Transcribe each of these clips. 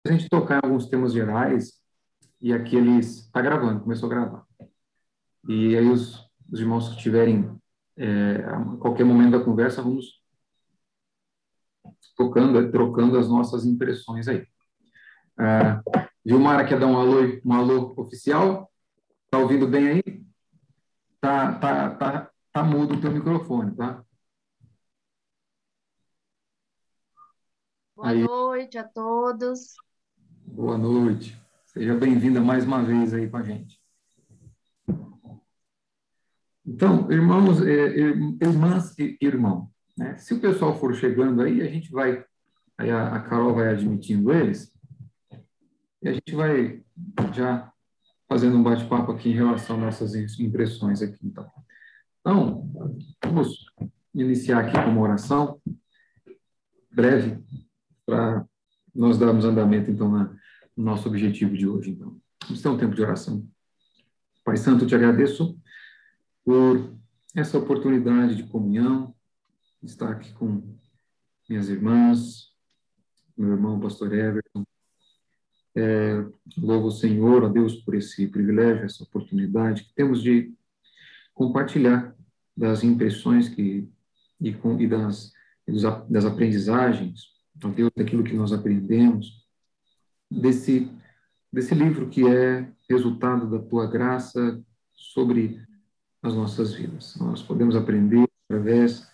a gente tocar em alguns temas gerais, e aqui eles... Está gravando, começou a gravar. E aí os irmãos que tiverem a qualquer momento da conversa, vamos trocando as nossas impressões aí. Vilmara quer dar um alô oficial? Tá ouvindo bem aí? Tá mudo o teu microfone, tá? Boa Aí, noite a todos. boa noite. Seja bem-vinda mais uma vez aí com a gente. Então, irmãos, irmãs e irmão, né? Se o pessoal for chegando aí, a gente vai, aí a Carol vai admitindo eles, e a gente vai já fazendo um bate-papo aqui em relação às nossas impressões aqui, então. Então, vamos iniciar aqui com uma oração breve para nós darmos andamento, então, no nosso objetivo de hoje, então. Vamos ter um tempo de oração. Pai Santo, eu te agradeço por essa oportunidade de comunhão, estar aqui com minhas irmãs, meu irmão, pastor Everton. Louvo o Senhor, ó Deus, por esse privilégio, essa oportunidade que temos de compartilhar das impressões e das aprendizagens, ó Deus, daquilo que nós aprendemos, desse livro que é resultado da tua graça sobre as nossas vidas. Nós podemos aprender através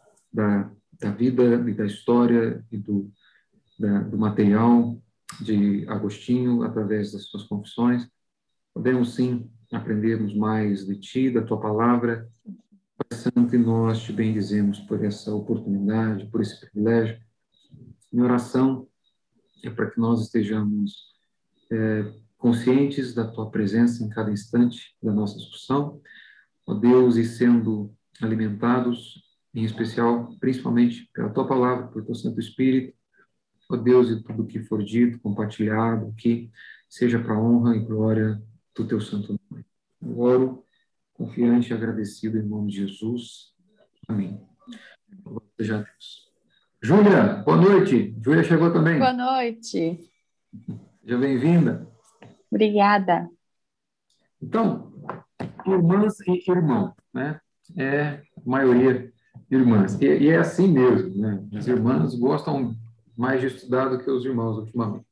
da vida e da história e do material de Agostinho, através das suas confissões. Podemos, sim, aprendermos mais de ti, da tua palavra. Pai Santo, e nós te bendizemos por essa oportunidade, por esse privilégio. Minha oração é para que nós estejamos conscientes da tua presença em cada instante da nossa discussão, ó Deus, e sendo alimentados, em especial, principalmente pela tua palavra, por teu Santo Espírito, ó Deus, e tudo que for dito, compartilhado, que seja para a honra e glória do teu santo nome. Eu oro confiante e agradecido em nome de Jesus. Amém. Louvado seja Deus. Júlia, boa noite. Júlia chegou também. Boa noite. Seja bem-vinda. Obrigada. Então, irmãs e irmão, né? É maioria irmãs. E é assim mesmo, né? As irmãs gostam mais de estudar do que os irmãos ultimamente.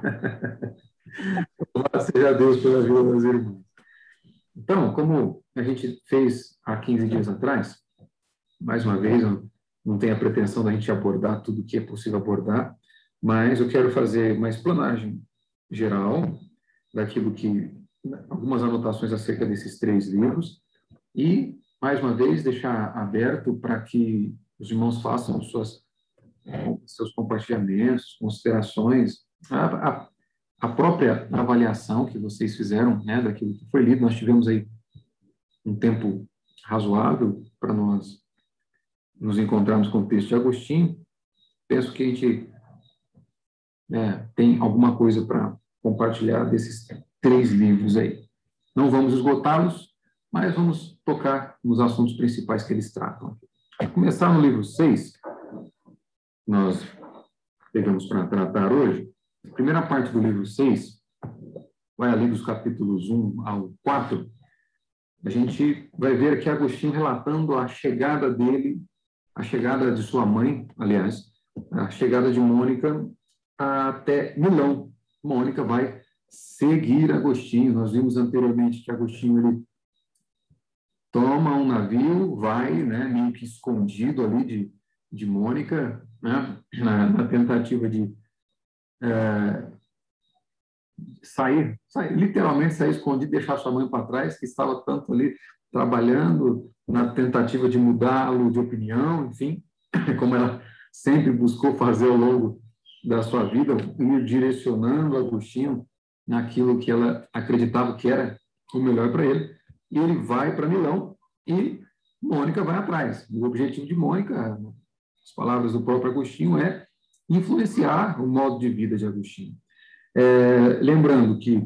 Louvado seja Deus pela vida das irmãs. Então, como a gente fez há 15 dias atrás, mais uma vez, eu não tenho a pretensão da gente abordar tudo o que é possível abordar, mas eu quero fazer uma explanagem geral daquilo que, algumas anotações acerca desses 3 livros, e, mais uma vez, deixar aberto para que os irmãos façam seus compartilhamentos, considerações, a própria avaliação que vocês fizeram, né, daquilo que foi lido. Nós tivemos aí um tempo razoável para nós nos encontrarmos com o texto de Agostinho. Penso que a gente tem alguma coisa para compartilhar desses 3 livros aí. Não vamos esgotá-los, mas vamos tocar nos assuntos principais que eles tratam. Para começar no livro 6, nós pegamos para tratar hoje, a primeira parte do livro 6, vai ali dos capítulos 1 ao 4, a gente vai ver aqui Agostinho relatando a chegada dele, a chegada de sua mãe, aliás, a chegada de Mônica até Milão. Mônica vai seguir Agostinho. Nós vimos anteriormente que Agostinho ele toma um navio, vai, né, meio que escondido ali de Mônica, né, na tentativa de literalmente sair escondido, deixar sua mãe para trás, que estava tanto ali trabalhando na tentativa de mudá-lo de opinião, enfim, como ela sempre buscou fazer ao longo da sua vida, ir direcionando Agostinho naquilo que ela acreditava que era o melhor para ele. E ele vai para Milão e Mônica vai atrás. O objetivo de Mônica, as palavras do próprio Agostinho, é influenciar o modo de vida de Agostinho. Lembrando que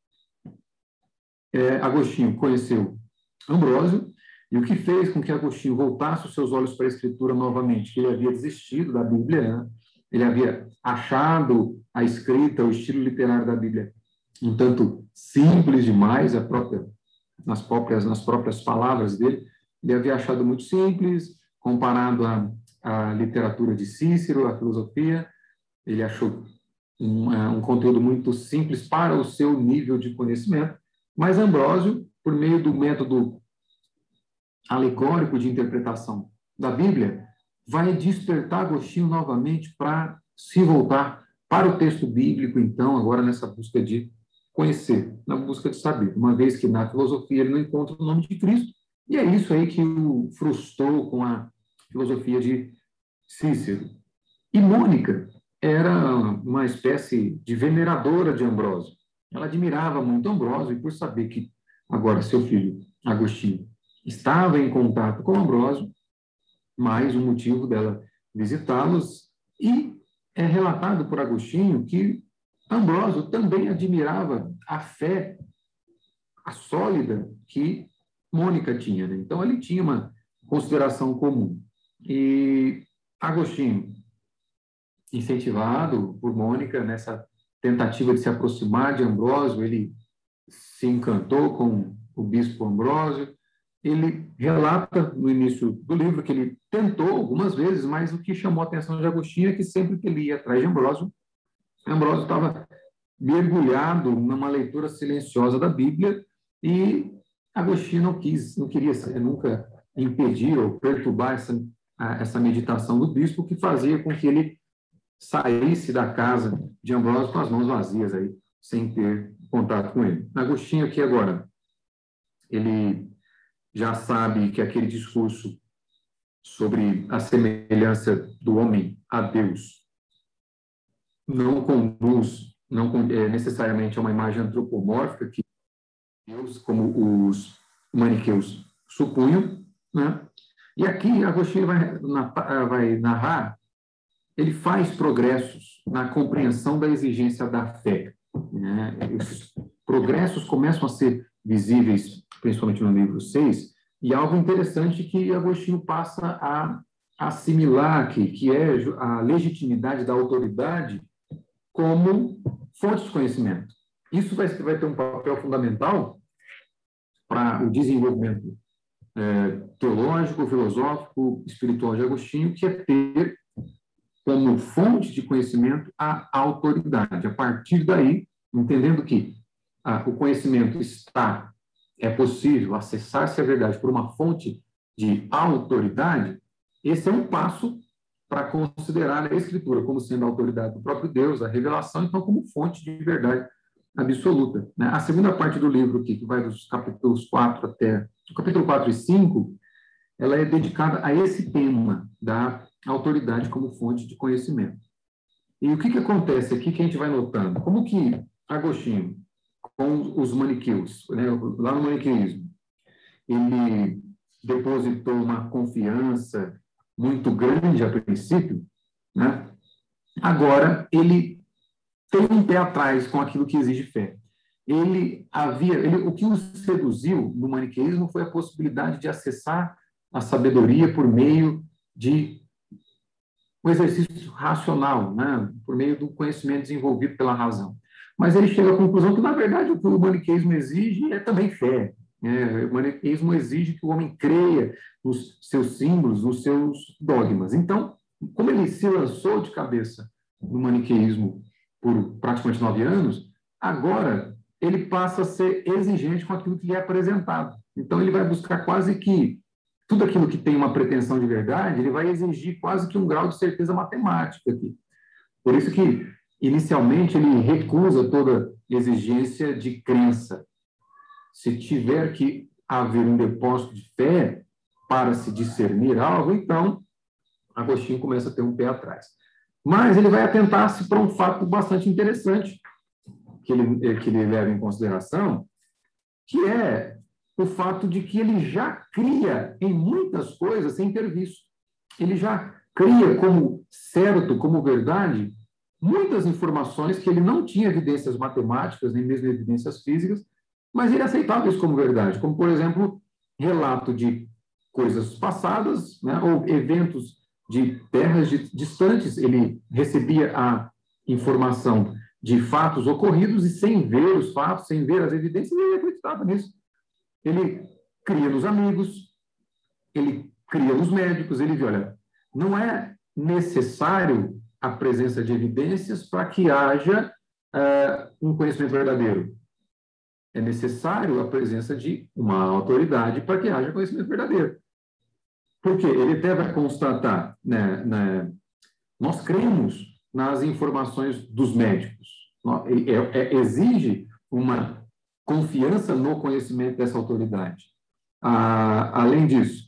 Agostinho conheceu Ambrósio, e o que fez com que Agostinho voltasse os seus olhos para a Escritura novamente, que ele havia desistido da Bíblia, né? ele havia achado a escrita, o estilo literário da Bíblia um tanto simples demais, nas próprias palavras dele, ele havia achado muito simples, comparado à literatura de Cícero, à filosofia, ele achou um conteúdo muito simples para o seu nível de conhecimento, mas Ambrósio, por meio do método alegórico de interpretação da Bíblia, vai despertar Agostinho novamente para se voltar para o texto bíblico, então, agora nessa busca de conhecer, na busca de saber, uma vez que na filosofia ele não encontra o nome de Cristo, e é isso aí que o frustrou com a filosofia de Cícero. E Mônica era uma espécie de veneradora de Ambrósio. Ela admirava muito Ambrósio, e por saber que agora seu filho, Agostinho, estava em contato com Ambrósio, mais um motivo dela visitá-los, e é relatado por Agostinho que Ambrósio também admirava a fé, a sólida, que Mônica tinha, né? Então, ele tinha uma consideração comum. E Agostinho, incentivado por Mônica nessa tentativa de se aproximar de Ambrósio, ele se encantou com o bispo Ambrósio. Ele relata no início do livro que ele tentou algumas vezes, mas o que chamou a atenção de Agostinho é que sempre que ele ia atrás de Ambrósio estava mergulhado numa leitura silenciosa da Bíblia, e Agostinho não queria nunca impedir ou perturbar essa meditação do bispo, que fazia com que ele saísse da casa de Ambrósio com as mãos vazias, aí, sem ter contato com ele. Agostinho aqui agora, ele já sabe que aquele discurso sobre a semelhança do homem a Deus não conduz necessariamente a uma imagem antropomórfica que Deus, como os maniqueus supunham, né? E aqui Agostinho vai narrar, ele faz progressos na compreensão da exigência da fé, né? Esses progressos começam a ser visíveis, principalmente no livro 6, e algo interessante que Agostinho passa a assimilar aqui, que é a legitimidade da autoridade como fonte de conhecimento. Isso vai ter um papel fundamental para o desenvolvimento teológico, filosófico, espiritual de Agostinho, que é ter como fonte de conhecimento a autoridade. A partir daí, entendendo que o conhecimento é possível acessar-se a verdade por uma fonte de autoridade, esse é um passo para considerar a Escritura como sendo a autoridade do próprio Deus, a revelação, então, como fonte de verdade absoluta, né? A segunda parte do livro aqui, que vai dos capítulos 4 até o capítulo 4 e 5, ela é dedicada a esse tema da autoridade como fonte de conhecimento. E o que acontece aqui que a gente vai notando? Como que Agostinho, com os maniqueus, né, lá no maniqueísmo, ele depositou uma confiança muito grande a princípio, né? Agora ele tem um pé atrás com aquilo que exige fé. O que o seduziu no maniqueísmo foi a possibilidade de acessar a sabedoria por meio de um exercício racional, né? Por meio do conhecimento desenvolvido pela razão. Mas ele chega à conclusão que, na verdade, o que o maniqueísmo exige é também fé. O maniqueísmo exige que o homem creia nos seus símbolos, nos seus dogmas. Então, como ele se lançou de cabeça no maniqueísmo por praticamente 9 anos, agora ele passa a ser exigente com aquilo que lhe é apresentado. Então, ele vai buscar quase que tudo aquilo que tem uma pretensão de verdade, ele vai exigir quase que um grau de certeza matemática aqui. Por isso que, inicialmente, ele recusa toda exigência de crença. Se tiver que haver um depósito de fé para se discernir algo, então Agostinho começa a ter um pé atrás. Mas ele vai atentar-se para um fato bastante interessante que ele leva em consideração, que é o fato de que ele já cria em muitas coisas sem ter visto. Ele já cria como certo, como verdade, muitas informações que ele não tinha evidências matemáticas, nem mesmo evidências físicas, mas ele aceitava isso como verdade, como, por exemplo, relato de coisas passadas, né, ou eventos de terras distantes, ele recebia a informação de fatos ocorridos e sem ver os fatos, sem ver as evidências, ele acreditava nisso. Ele cria nos amigos, ele cria nos médicos, ele viu, olha, não é necessário a presença de evidências para que haja um conhecimento verdadeiro. É necessário a presença de uma autoridade para que haja conhecimento verdadeiro. Porque ele até vai constatar, nós cremos nas informações dos médicos. Exige uma confiança no conhecimento dessa autoridade. Além disso,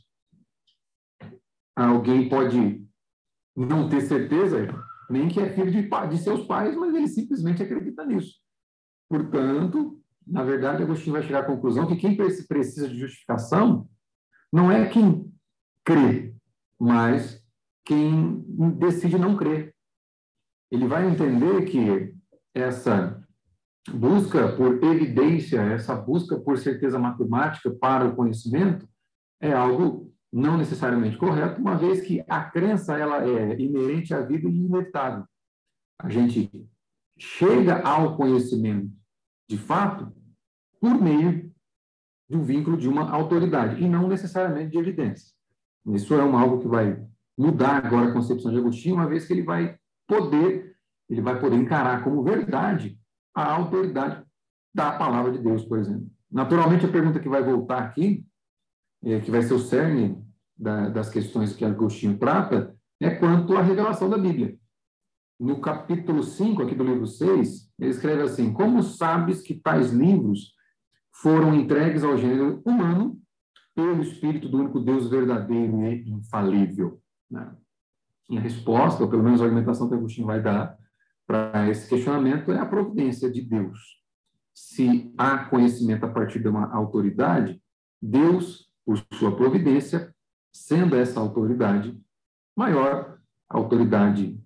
alguém pode não ter certeza nem que é filho de seus pais, mas ele simplesmente acredita nisso. Portanto, na verdade, Agostinho vai chegar à conclusão que quem precisa de justificação não é quem crê, mas quem decide não crer. Ele vai entender que essa busca por evidência, essa busca por certeza matemática para o conhecimento é algo não necessariamente correto, uma vez que a crença ela é inerente à vida e inevitável. A gente chega ao conhecimento, de fato, por meio de um vínculo de uma autoridade, e não necessariamente de evidência. Isso é algo que vai mudar agora a concepção de Agostinho, uma vez que ele vai poder encarar como verdade a autoridade da palavra de Deus, por exemplo. Naturalmente, a pergunta que vai voltar aqui, que vai ser o cerne das questões que Agostinho trata, é quanto à revelação da Bíblia. No capítulo 5, aqui do livro 6, ele escreve assim: como sabes que tais livros foram entregues ao gênero humano pelo Espírito do único Deus verdadeiro e infalível? Em resposta, ou pelo menos a argumentação que Agostinho vai dar para esse questionamento, é a providência de Deus. Se há conhecimento a partir de uma autoridade, Deus, por sua providência, sendo essa autoridade maior, autoridade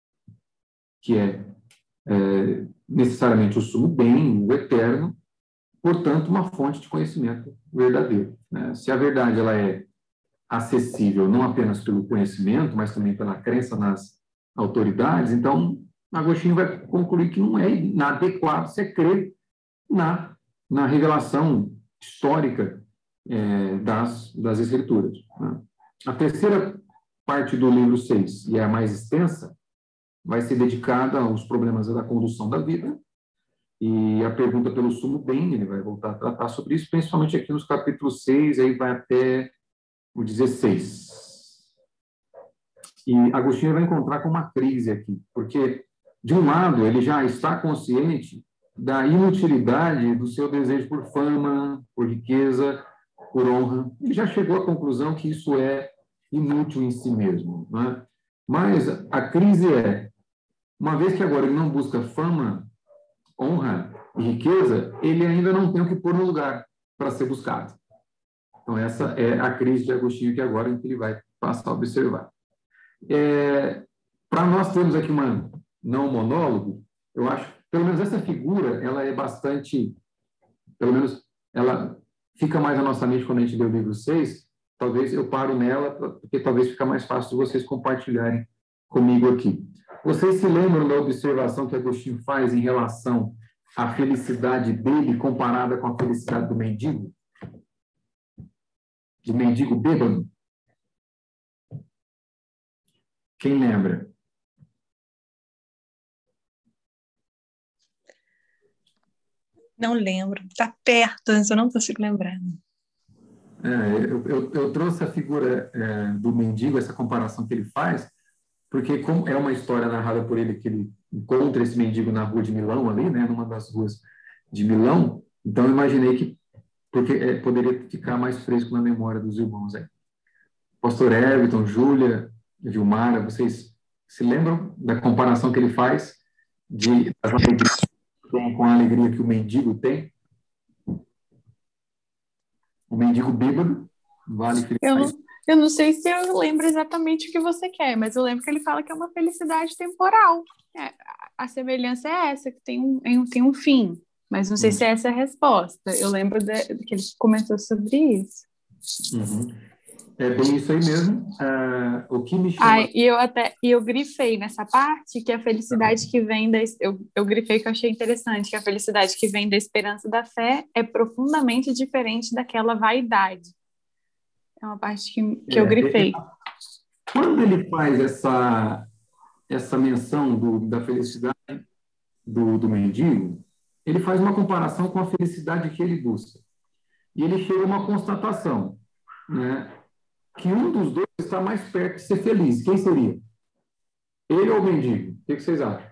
que é necessariamente o sumo bem, o eterno, portanto, uma fonte de conhecimento verdadeiro. Se a verdade ela é acessível não apenas pelo conhecimento, mas também pela crença nas autoridades, então Agostinho vai concluir que não é inadequado você crer na revelação histórica das Escrituras. A terceira parte do livro 6, e é a mais extensa, vai ser dedicada aos problemas da condução da vida, e a pergunta pelo sumo bem, ele vai voltar a tratar sobre isso, principalmente aqui nos capítulos 6, aí vai até o 16. E Agostinho vai encontrar com uma crise aqui, porque, de um lado, ele já está consciente da inutilidade do seu desejo por fama, por riqueza, por honra. Ele já chegou à conclusão que isso é inútil em si mesmo. Né? Mas a crise uma vez que agora ele não busca fama, honra e riqueza, ele ainda não tem o que pôr no lugar para ser buscado. Então, essa é a crise de Agostinho que agora ele vai passar a observar. Para nós termos aqui não monólogo, eu acho, pelo menos essa figura, ela é bastante, pelo menos ela fica mais na nossa mente quando a gente lê o livro 6, talvez eu paro nela, porque talvez fica mais fácil de vocês compartilharem comigo aqui. Vocês se lembram da observação que Agostinho faz em relação à felicidade dele comparada com a felicidade do mendigo? De mendigo bêbado? Quem lembra? Não lembro. Está perto, mas eu não consigo lembrar. Eu trouxe a figura do mendigo, essa comparação que ele faz, porque como é uma história narrada por ele, que ele encontra esse mendigo na rua de Milão, ali, né, numa das ruas de Milão, então eu imaginei que poderia ficar mais fresco na memória dos irmãos. Pastor Everton, Júlia, Vilmara, vocês se lembram da comparação que ele faz das alegrias com a alegria que o mendigo tem? O mendigo bêbado, vale felicidade. Eu não sei se eu lembro exatamente o que você quer, mas eu lembro que ele fala que é uma felicidade temporal. A semelhança é essa, que tem um fim, mas não sei se é essa a resposta. Eu lembro que ele comentou sobre isso. Uhum. É bem isso aí mesmo. O que me chama... Eu grifei nessa parte que a felicidade que vem eu grifei que eu achei interessante, que a felicidade que vem da esperança e da fé é profundamente diferente daquela vaidade. É uma parte que eu grifei. Quando ele faz essa menção da felicidade do mendigo, ele faz uma comparação com a felicidade que ele busca. E ele chega a uma constatação, né, que um dos dois está mais perto de ser feliz. Quem seria? Ele ou o mendigo? O que vocês acham?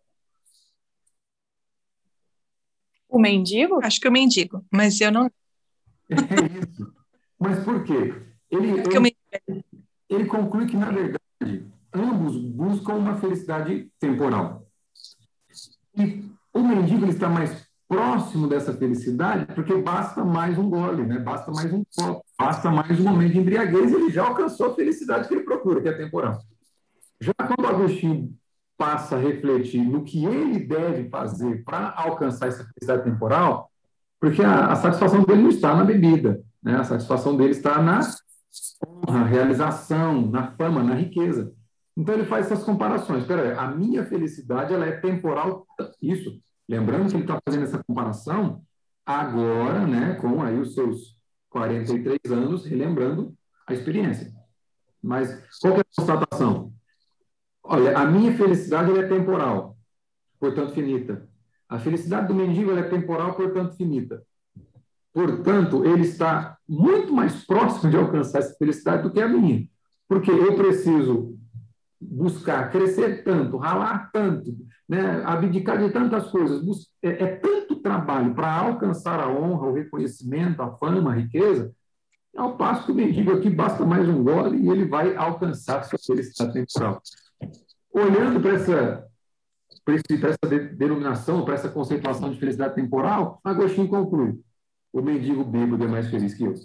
O mendigo? Acho que o mendigo, mas eu não. É isso. Mas por quê? Porque o mendigo Ele conclui que, na verdade, ambos buscam uma felicidade temporal. E o mendigo ele está mais próximo dessa felicidade porque basta mais um gole, né? Basta mais um copo, basta mais um momento de embriaguez e ele já alcançou a felicidade que ele procura, que é temporal. Já quando Agostinho passa a refletir no que ele deve fazer para alcançar essa felicidade temporal, porque a satisfação dele não está na bebida, né? A satisfação dele está na honra, realização, na fama, na riqueza. Então ele faz essas comparações. Espera aí, a minha felicidade ela é temporal. Isso, lembrando que ele está fazendo essa comparação agora, né, com aí os seus 43 anos, relembrando a experiência. Mas qual que é a constatação? Olha, a minha felicidade ela é temporal, portanto finita. A felicidade do mendigo ela é temporal, portanto finita. Portanto, ele está muito mais próximo de alcançar essa felicidade do que a minha. Porque eu preciso buscar crescer tanto, ralar tanto, né, abdicar de tantas coisas. É tanto trabalho para alcançar a honra, o reconhecimento, a fama, a riqueza, ao passo que o mendigo aqui basta mais um gole e ele vai alcançar sua felicidade temporal. Olhando para essa denominação, para essa conceituação de felicidade temporal, Agostinho conclui: o mendigo bêbado é mais feliz que eu.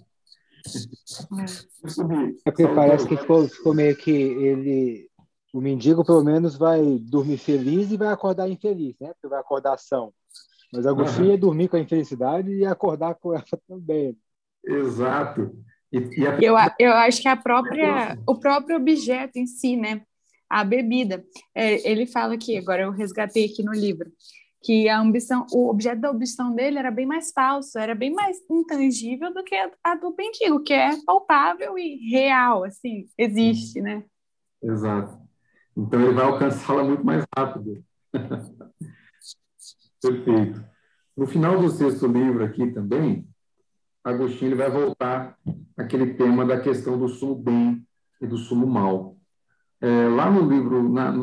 É porque parece que ficou meio que o mendigo pelo menos vai dormir feliz e vai acordar infeliz, né? Porque vai acordar são. Mas Agostinho ia dormir com a infelicidade e ia acordar com ela também. Exato. Eu acho que o próprio objeto em si, né? A bebida. Ele fala aqui, agora eu resgatei aqui no livro, que o objeto da ambição dele era bem mais falso, era bem mais intangível do que a do mendigo, que é palpável e real, assim, existe, né? Exato. Então ele vai alcançá-la muito mais rápido. Perfeito. No final do sexto livro aqui também, Agostinho ele vai voltar àquele tema da questão do sumo bem e do sumo mal. Lá no livro,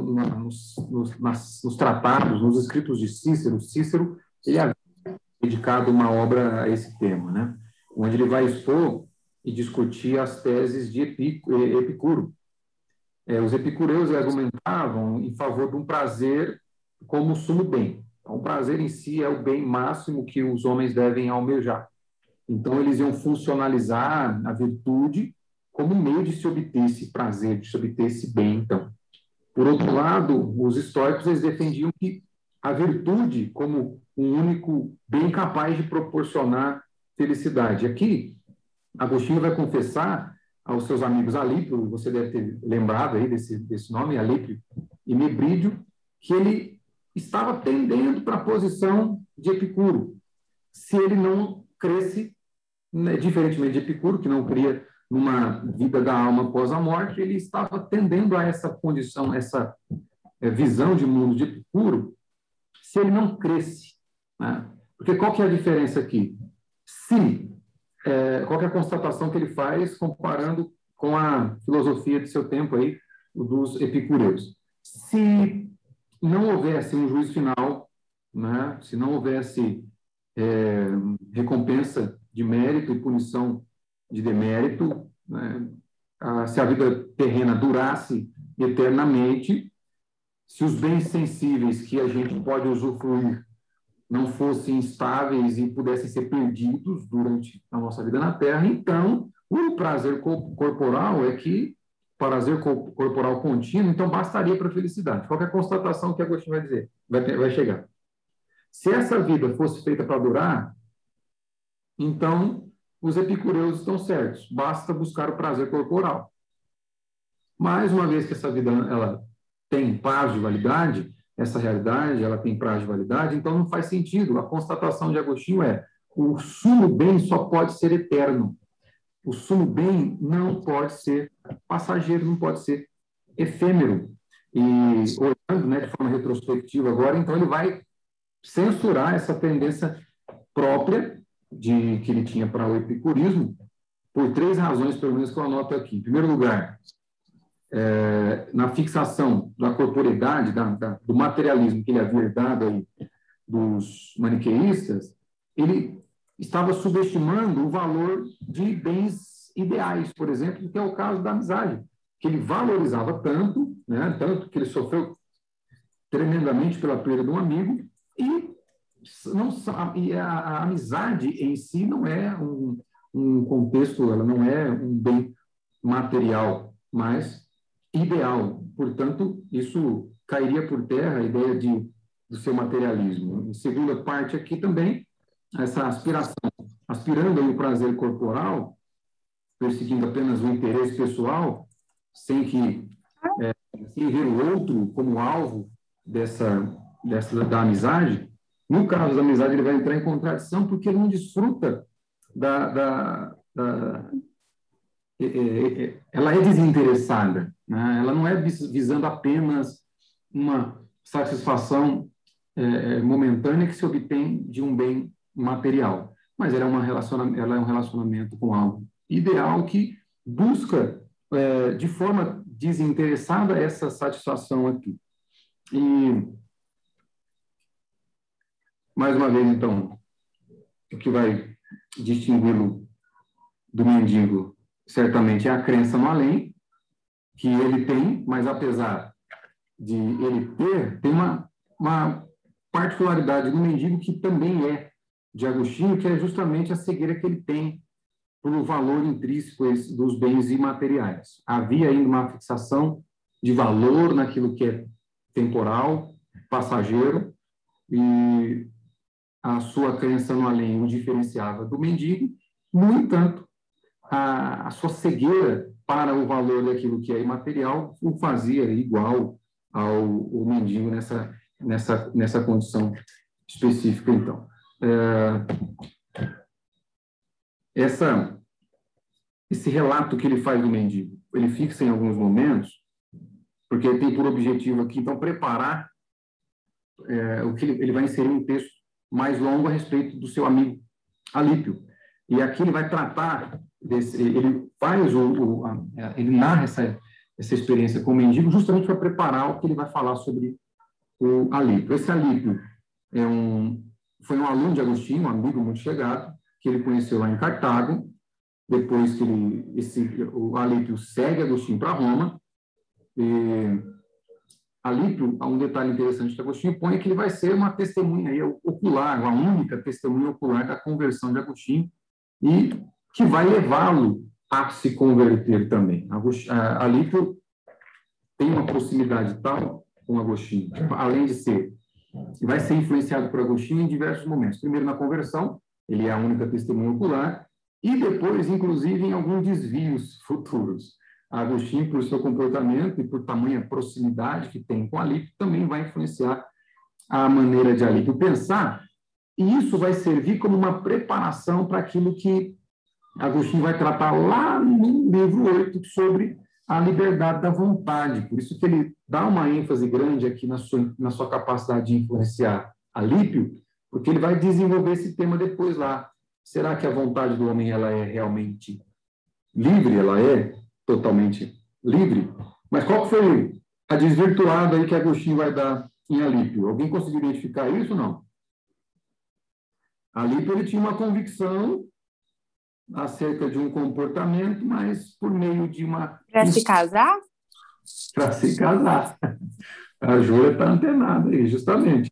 nos tratados, nos escritos de Cícero, ele havia dedicado uma obra a esse tema, né? Onde ele vai expor e discutir as teses de Epicuro. Os epicureus argumentavam em favor de um prazer como sumo bem. Então, o prazer em si é o bem máximo que os homens devem almejar. Então, eles iam funcionalizar a virtude como meio de se obter esse prazer, de se obter esse bem, então. Por outro lado, os estoicos eles defendiam que a virtude como um único bem capaz de proporcionar felicidade. Aqui, Agostinho vai confessar aos seus amigos Alípio, você deve ter lembrado aí desse nome, Alípio e Mebrídio, que ele estava tendendo para a posição de Epicuro, se ele não cresce, né, diferentemente de Epicuro, que não cria numa vida da alma após a morte, ele estava tendendo a essa condição, essa visão de mundo de Epicuro, se ele não cresce, né? Porque qual que é a diferença aqui? Qual que é a constatação que ele faz comparando com a filosofia de seu tempo aí, dos epicureus? Se não houvesse um juízo final, né? Se não houvesse recompensa de mérito e punição de demérito, né? Se a vida terrena durasse eternamente, se os bens sensíveis que a gente pode usufruir não fossem estáveis e pudessem ser perdidos durante a nossa vida na Terra, então o prazer corporal prazer corporal contínuo, então bastaria para a felicidade. Qual é a constatação que Agostinho vai dizer? Vai chegar. Se essa vida fosse feita para durar, então os epicureus estão certos, basta buscar o prazer corporal. Mas, uma vez que essa vida ela tem prazo de validade, essa realidade ela tem prazo de validade, então não faz sentido. A constatação de Agostinho é: o sumo bem só pode ser eterno. O sumo bem não pode ser passageiro, não pode ser efêmero. E olhando, né, de forma retrospectiva agora, então ele vai censurar essa tendência própria que ele tinha para o epicurismo, por 3 razões, pelo menos, que eu anoto aqui. Em primeiro lugar, na fixação da corporeidade, do materialismo que ele havia herdado aí dos maniqueístas, ele estava subestimando o valor de bens ideais, por exemplo, que é o caso da amizade, que ele valorizava tanto, né, tanto que ele sofreu tremendamente pela perda de um amigo, e a amizade em si não é um contexto, ela não é um bem material, mas ideal. Portanto, isso cairia por terra a ideia do seu materialismo. Em segunda parte aqui também, essa aspiração, aspirando aí o prazer corporal, perseguindo apenas o interesse pessoal, sem ver o outro como alvo da amizade. No caso da amizade, ele vai entrar em contradição porque ele não desfruta ela é desinteressada, né? Ela não é visando apenas uma satisfação momentânea que se obtém de um bem material, mas ela é um relacionamento com algo ideal que busca de forma desinteressada essa satisfação aqui. E mais uma vez, então, o que vai distingui-lo do mendigo certamente é a crença no além, que ele tem, mas apesar de ele ter, tem uma particularidade do mendigo que também é de Agostinho, que é justamente a cegueira que ele tem pelo valor intrínseco dos bens imateriais. Havia ainda uma fixação de valor naquilo que é temporal, passageiro, e a sua crença no além o diferenciava do mendigo. No entanto, a sua cegueira para o valor daquilo que é imaterial o fazia igual ao mendigo nessa condição específica, então. Esse relato que ele faz do mendigo, ele fixa em alguns momentos, porque ele tem por objetivo aqui, então, preparar o que ele vai inserir um texto mais longo a respeito do seu amigo Alípio. E aqui ele vai tratar ele faz ele narra essa experiência com o mendigo justamente para preparar o que ele vai falar sobre o Alípio. Esse Alípio foi um aluno de Agostinho, um amigo muito chegado, que ele conheceu lá em Cartago. Depois que o Alípio segue Agostinho para Roma. Alípio, há um detalhe interessante que Agostinho põe, é que ele vai ser uma testemunha aí, ocular, uma única testemunha ocular da conversão de Agostinho, e que vai levá-lo a se converter também. Alípio tem uma proximidade tal com Agostinho, além de vai ser influenciado por Agostinho em diversos momentos. Primeiro, na conversão, ele é a única testemunha ocular, e depois, inclusive, em alguns desvios futuros. Agostinho, por seu comportamento e por tamanha proximidade que tem com Alípio, também vai influenciar a maneira de Alípio pensar, e isso vai servir como uma preparação para aquilo que Agostinho vai tratar lá no livro 8 sobre a liberdade da vontade. Por isso que ele dá uma ênfase grande aqui na sua capacidade de influenciar Alípio, porque ele vai desenvolver esse tema depois lá. Será que a vontade do homem ela é realmente livre? Ela é totalmente livre? Mas qual foi a desvirtuada aí que Agostinho vai dar em Alípio? Alguém conseguiu identificar isso ou não? Alípio ele tinha uma convicção acerca de um comportamento, mas por meio de uma... Para se casar? Para se casar. A Júlia está antenada aí, justamente.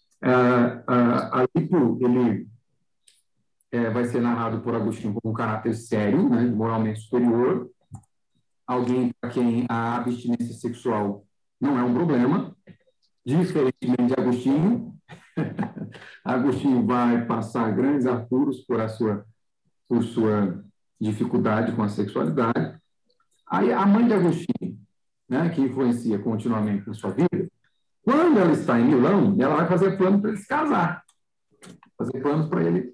Alípio, ele vai ser narrado por Agostinho como um caráter sério, né, moralmente superior, alguém para quem a abstinência sexual não é um problema, diferentemente de Agostinho. Agostinho vai passar grandes apuros por a sua por sua dificuldade com a sexualidade. Aí a mãe de Agostinho, né, que influencia continuamente na sua vida, quando ela está em Milão, ela vai fazer plano para ele se casar, fazer planos para ele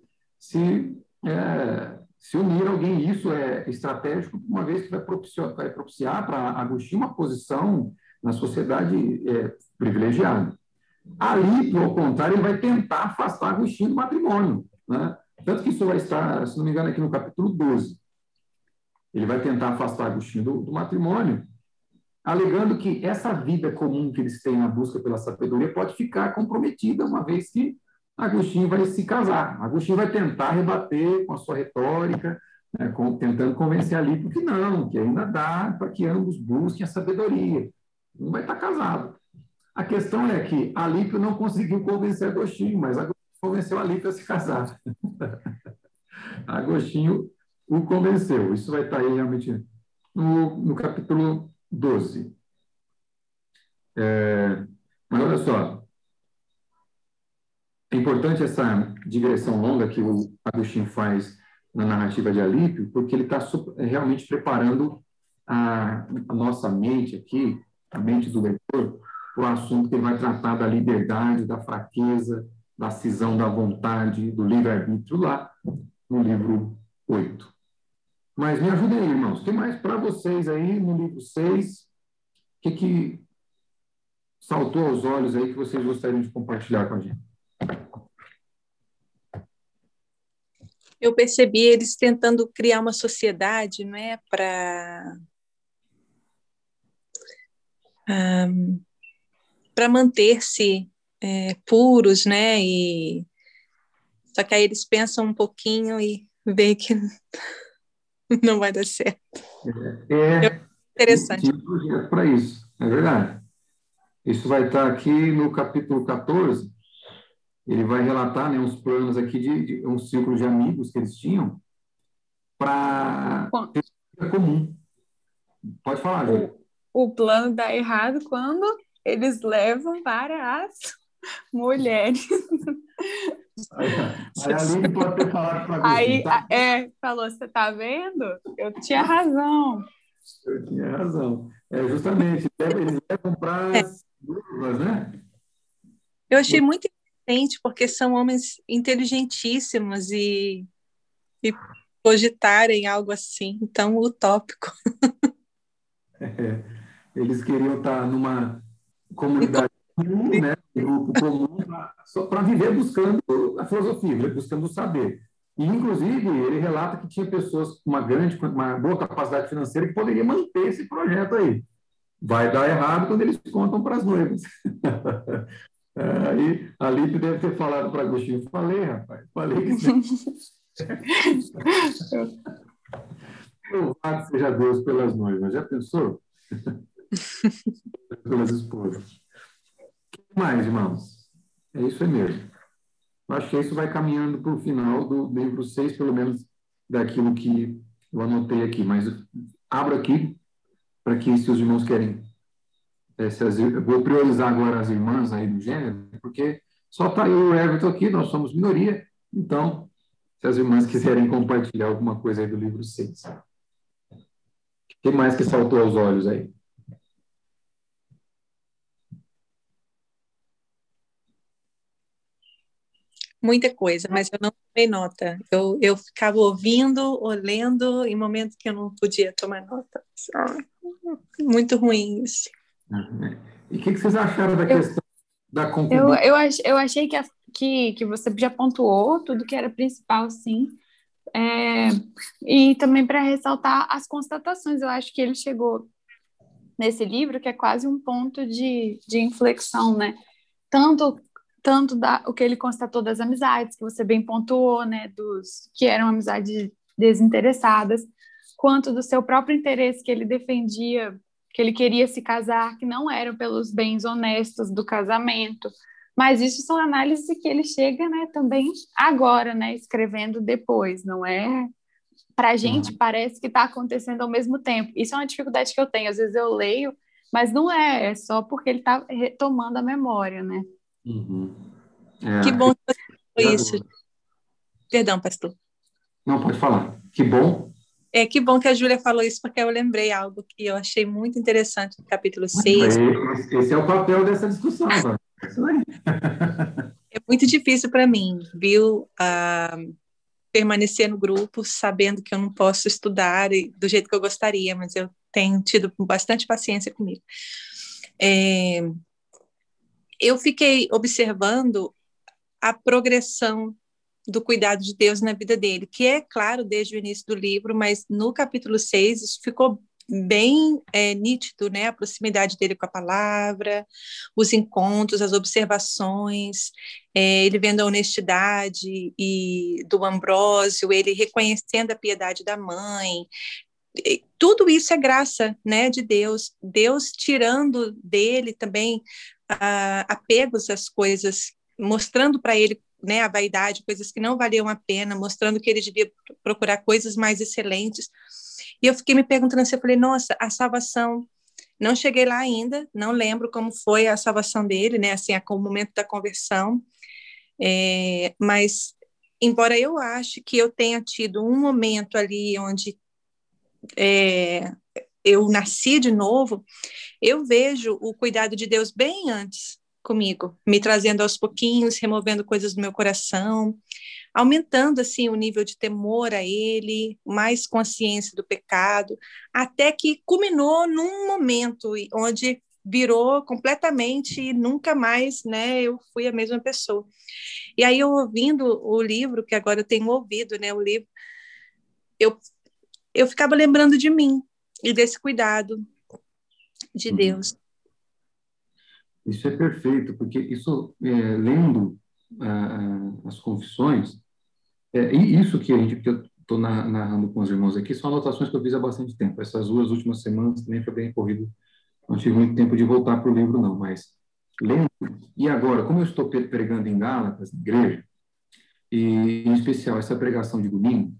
se unir a alguém. Isso é estratégico, uma vez que vai propiciar para Agostinho uma posição na sociedade privilegiada. Ali, ao contrário, ele vai tentar afastar Agostinho do matrimônio, né? Tanto que isso vai estar, se não me engano, aqui no capítulo 12. Ele vai tentar afastar Agostinho do matrimônio, alegando que essa vida comum que eles têm na busca pela sabedoria pode ficar comprometida, uma vez que Agostinho vai se casar. Agostinho vai tentar rebater com a sua retórica, né, tentando convencer Alípio que não, que ainda dá para que ambos busquem a sabedoria. Não vai estar casado. A questão é que Alípio não conseguiu convencer Agostinho, mas Agostinho convenceu Alípio a se casar. Agostinho o convenceu. Isso vai estar aí realmente no capítulo 12. Mas olha só, é importante essa digressão longa que o Agostinho faz na narrativa de Alípio, porque ele está realmente preparando a nossa mente aqui, a mente do leitor, para o assunto que ele vai tratar da liberdade, da fraqueza, da cisão da vontade, do livre-arbítrio, lá no livro 8. Mas me ajudem aí, irmãos. O que mais para vocês aí no livro 6? O que saltou aos olhos aí que vocês gostariam de compartilhar com a gente? Eu percebi eles tentando criar uma sociedade, não é, para manter-se puros, né? Só que aí eles pensam um pouquinho e veem que não vai dar certo. Interessante. Tinha um projeto para isso, é verdade. Isso vai estar aqui no capítulo 14. Ele vai relatar, né, uns planos aqui de um círculo de amigos que eles tinham para ter vida comum. Pode falar, Júlia. O plano dá errado quando eles levam para as mulheres. Aí a Aline pode ter falado para Agostinho. Aí, falou, você está vendo? Eu tinha razão. Eu tinha razão. Justamente, eles levam para as duas, né? Eu achei muito interessante, porque são homens inteligentíssimos e cogitarem algo assim, tão utópico. Eles queriam estar numa comunidade comum, né? Um grupo comum, só para viver buscando a filosofia, buscando o saber. E, inclusive, ele relata que tinha pessoas com uma boa capacidade financeira que poderiam manter esse projeto aí. Vai dar errado quando eles contam para as noivas. Aí a Lipe deve ter falado para Agostinho, falei, rapaz, falei que louvado seja Deus pelas noivas. Já pensou? Pelas esposas. O que mais, irmãos? É isso aí mesmo. Eu acho que isso vai caminhando para o final do livro 6, pelo menos daquilo que eu anotei aqui. Mas abro aqui para que, se os irmãos querem... eu vou priorizar agora as irmãs aí do gênero, porque só está eu e o Everton aqui, nós somos minoria. Então, se as irmãs quiserem compartilhar alguma coisa aí do livro 6. O que mais que saltou aos olhos aí? Muita coisa, mas eu não tomei nota. Eu ficava ouvindo ou lendo em momentos que eu não podia tomar nota. Muito ruim isso. E o que vocês acharam da questão da concubina? Eu achei que você já pontuou tudo que era principal, sim. E também para ressaltar as constatações, eu acho que ele chegou nesse livro que é quase um ponto de inflexão, né? Tanto o que ele constatou das amizades, que você bem pontuou, né? Que eram amizades desinteressadas, quanto do seu próprio interesse que ele defendia, que ele queria se casar, que não eram pelos bens honestos do casamento. Mas isso são análises que ele chega, né, também agora, né, escrevendo depois, não é? Para a gente parece que está acontecendo ao mesmo tempo. Isso é uma dificuldade que eu tenho. Às vezes eu leio, mas não é só porque ele está retomando a memória, né? Que bom que você falou isso. Perdão, pastor. Não, pode falar. Que bom. Que bom que a Júlia falou isso, porque eu lembrei algo que eu achei muito interessante no capítulo 6. Esse é o papel dessa discussão, tá? Isso aí. É muito difícil para mim, viu, permanecer no grupo, sabendo que eu não posso estudar do jeito que eu gostaria, mas eu tenho tido bastante paciência comigo. Eu fiquei observando a progressão do cuidado de Deus na vida dele, que é claro desde o início do livro, mas no capítulo 6 isso ficou bem nítido, né? A proximidade dele com a palavra, os encontros, as observações, ele vendo a honestidade do Ambrósio, ele reconhecendo a piedade da mãe. Tudo isso é graça, né, de Deus. Deus tirando dele também apegos às coisas, mostrando para ele, né, a vaidade, coisas que não valiam a pena, mostrando que ele devia procurar coisas mais excelentes. E eu fiquei me perguntando assim, eu falei, nossa, a salvação, não cheguei lá ainda, não lembro como foi a salvação dele, né, assim, o momento da conversão, mas embora eu ache que eu tenha tido um momento ali onde eu nasci de novo, eu vejo o cuidado de Deus bem antes comigo, me trazendo aos pouquinhos, removendo coisas do meu coração, aumentando assim o nível de temor a Ele, mais consciência do pecado, até que culminou num momento onde virou completamente e nunca mais, né, eu fui a mesma pessoa. E aí eu ouvindo o livro, que agora eu tenho ouvido, né, o livro, eu ficava lembrando de mim e desse cuidado de Deus. Isso é perfeito, porque isso, lendo as confissões, e isso que eu estou narrando com os irmãos aqui, são anotações que eu fiz há bastante tempo. Essas 2 últimas semanas também foi bem corrido. Não tive muito tempo de voltar para o livro, não, mas lendo. E agora, como eu estou pregando em Gálatas, na igreja, e em especial essa pregação de domingo,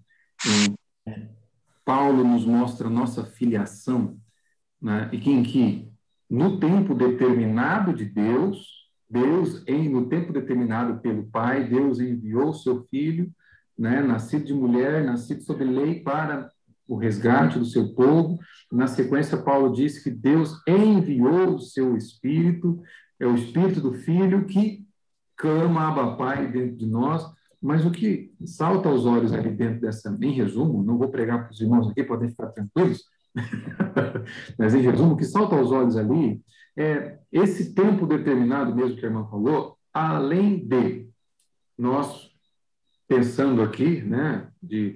Paulo nos mostra nossa filiação, né, e que no tempo determinado de Deus, no tempo determinado pelo Pai, Deus enviou o seu Filho, né, nascido de mulher, nascido sob lei, para o resgate do seu povo. Na sequência, Paulo diz que Deus enviou o seu Espírito, é o Espírito do Filho que clama Abba Pai dentro de nós. Mas o que salta aos olhos ali dentro dessa, em resumo, não vou pregar para os irmãos aqui, podem ficar tranquilos, mas em resumo, o que salta aos olhos ali é esse tempo determinado, mesmo que a irmã falou, além de nós, pensando aqui, né, de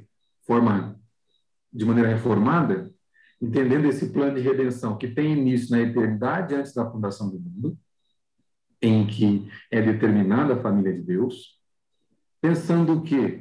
maneira reformada, entendendo esse plano de redenção que tem início na eternidade antes da fundação do mundo, em que é determinada a família de Deus, pensando que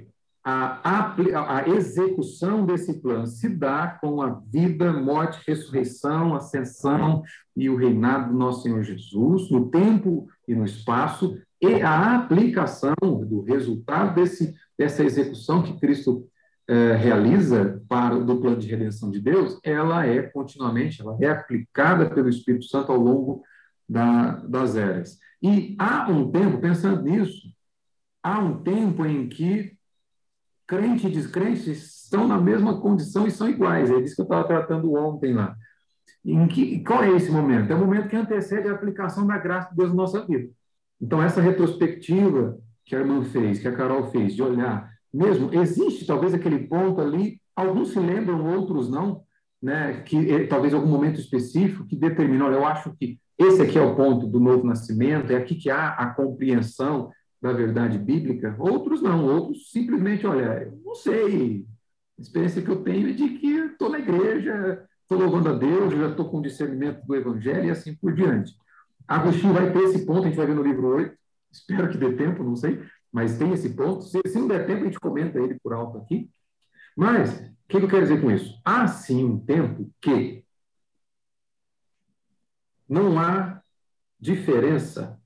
a execução desse plano se dá com a vida, morte, ressurreição, ascensão e o reinado do nosso Senhor Jesus, no tempo e no espaço, e a aplicação do resultado dessa execução que Cristo realiza do plano de redenção de Deus, ela é aplicada pelo Espírito Santo ao longo das eras. E há um tempo, pensando nisso, há um tempo em que crentes e descrentes estão na mesma condição e são iguais. É disso que eu estava tratando ontem lá. Qual é esse momento? É o momento que antecede a aplicação da graça de Deus na nossa vida. Então, essa retrospectiva que a irmã fez, que a Carol fez, de olhar, mesmo, existe talvez aquele ponto ali, alguns se lembram, outros não, né, que talvez algum momento específico que determinou, eu acho que esse aqui é o ponto do novo nascimento, é aqui que há a compreensão da verdade bíblica. Outros não, outros simplesmente, olha, eu não sei, a experiência que eu tenho é de que estou na igreja, estou louvando a Deus, já estou com discernimento do evangelho e assim por diante. Agostinho vai ter esse ponto, a gente vai ver no livro 8, espero que dê tempo, não sei, mas tem esse ponto. Se não der tempo, a gente comenta ele por alto aqui. Mas, o que eu quero dizer com isso? Há sim um tempo que não há diferença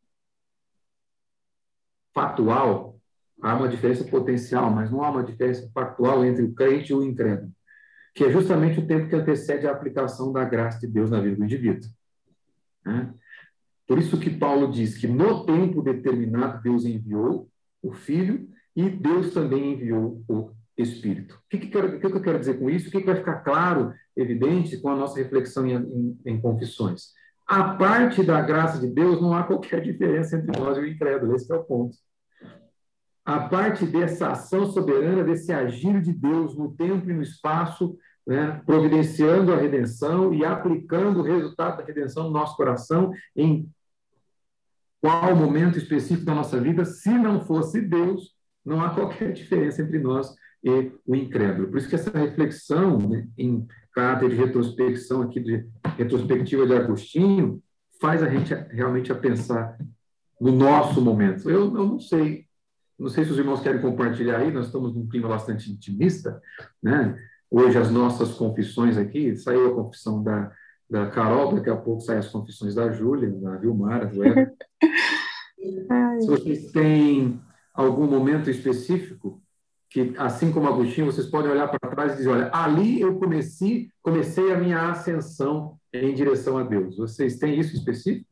factual, há uma diferença potencial, mas não há uma diferença factual entre o crente e o incrédulo, que é justamente o tempo que antecede a aplicação da graça de Deus na vida do indivíduo. Né? Por isso que Paulo diz que no tempo determinado Deus enviou o Filho e Deus também enviou o espírito. O que eu quero dizer com isso? O que vai ficar claro, evidente, com a nossa reflexão em Confissões? A parte da graça de Deus, não há qualquer diferença entre nós e o incrédulo, esse é o ponto. A parte dessa ação soberana, desse agir de Deus no tempo e no espaço, né, providenciando a redenção e aplicando o resultado da redenção no nosso coração, em qual momento específico da nossa vida, se não fosse Deus, não há qualquer diferença entre nós e o incrédulo. Por isso que essa reflexão, né, em caráter de retrospecção aqui, de retrospectiva de Agostinho, faz a gente realmente a pensar no nosso momento. Eu não sei se os irmãos querem compartilhar aí, nós estamos num clima bastante intimista, né? Hoje as nossas confissões aqui, saiu a confissão da Carol, daqui a pouco saem as confissões da Júlia, da Vilmara, do Éder. Se vocês têm algum momento específico, que, assim como Agostinho, vocês podem olhar para trás e dizer, olha, ali eu comecei a minha ascensão em direção a Deus. Vocês têm isso específico?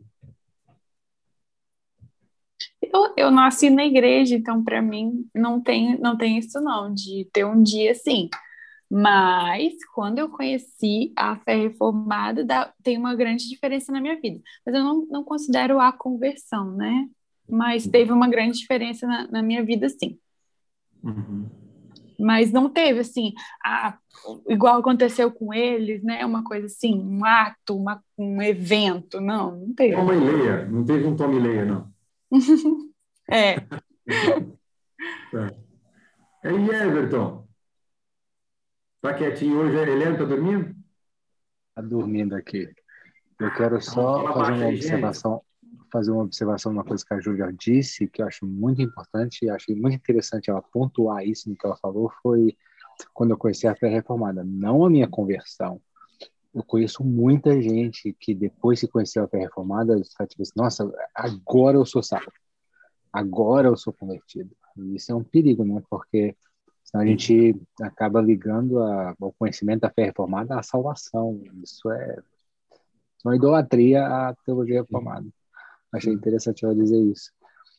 Eu nasci na igreja, então para mim não tem isso não, de ter um dia assim. Mas quando eu conheci a fé reformada, tem uma grande diferença na minha vida. Mas eu não considero a conversão, né? Mas teve uma grande diferença na minha vida, sim. Uhum. Mas não teve, assim, igual aconteceu com eles, né? Uma coisa assim, um ato, um evento. Não teve. Toma e leia. Não teve um toma e leia, não. É. Tá. E aí, Everton? Tá quietinho hoje? A Helena tá dormindo? Tá dormindo aqui. Eu quero só Fala fazer baixo uma aí, gente. observação, uma coisa que a Júlia disse, que eu acho muito importante, e achei muito interessante ela pontuar isso no que ela falou, foi quando eu conheci a fé reformada. Não a minha conversão. Eu conheço muita gente que depois que conheceu a fé reformada, tipo assim, nossa, agora eu sou salvo. Agora eu sou convertido. E isso é um perigo, né? Porque senão a gente acaba ligando ao conhecimento da fé reformada à salvação. Isso é uma idolatria à teologia reformada. Achei interessante ela dizer isso.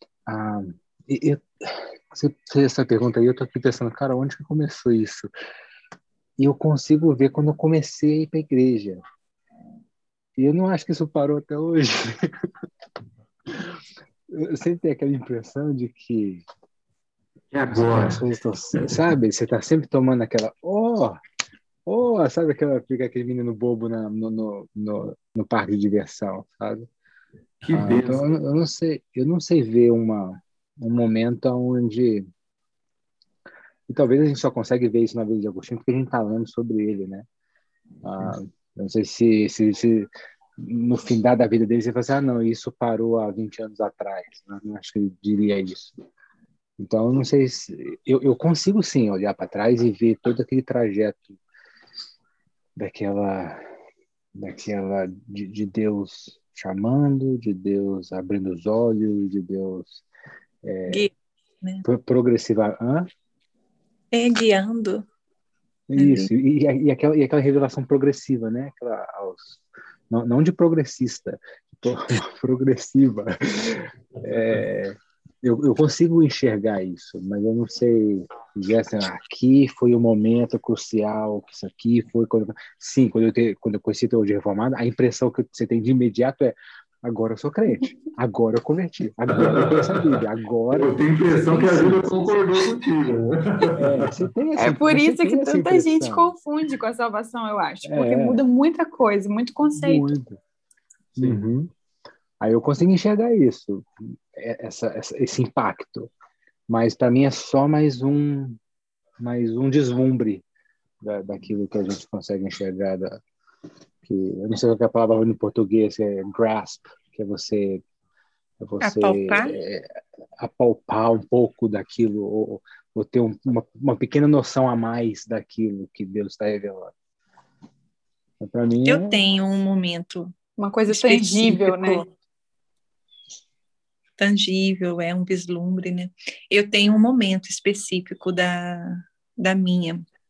Você fez essa pergunta aí, eu tô aqui pensando, cara, onde que começou isso? E eu consigo ver quando eu comecei a ir para a igreja. E eu não acho que isso parou até hoje. Eu sempre tenho aquela impressão de que agora? as coisas estão, sabe? Você está sempre tomando aquela, sabe fica aquele menino bobo no parque de diversão, sabe? Que Então benção. eu não sei ver um momento onde, e talvez a gente só consegue ver isso na vida de Agostinho porque a gente está lendo sobre ele, né? Eu não sei se no fim da vida dele você fala assim, não, isso parou há 20 anos atrás, né? Não acho que ele diria isso. Então eu não sei se eu consigo sim olhar para trás e ver todo aquele trajeto daquela de Deus chamando, de Deus abrindo os olhos, de Deus né? progressiva. Guiando. Isso, e aquela revelação progressiva, né? Não de progressista, progressiva. Eu consigo enxergar isso, mas eu não sei dizer assim, aqui foi o momento crucial, que isso aqui foi quando... Sim, quando eu conheci a teologia reformada, a impressão que você tem de imediato é agora eu sou crente, agora eu converti, agora eu conheço a Bíblia, agora... Eu tenho a impressão que a Júlia concordou contigo. Você tem É por você isso tem que essa tanta gente impressão. confunde com a salvação, eu acho, porque muda muita coisa, muito conceito. Muito. Uhum. Aí eu consigo enxergar isso, esse impacto, mas para mim é só mais um deslumbre daquilo que a gente consegue enxergar, que eu não sei qual é a palavra no português, é grasp, que é você Apalpar? apalpar um pouco daquilo, ou ter uma pequena noção a mais daquilo que Deus está revelando. Então, para mim Eu tenho um momento uma coisa específico, tangível, né? Tangível, é um vislumbre, né? Eu tenho um momento específico da minha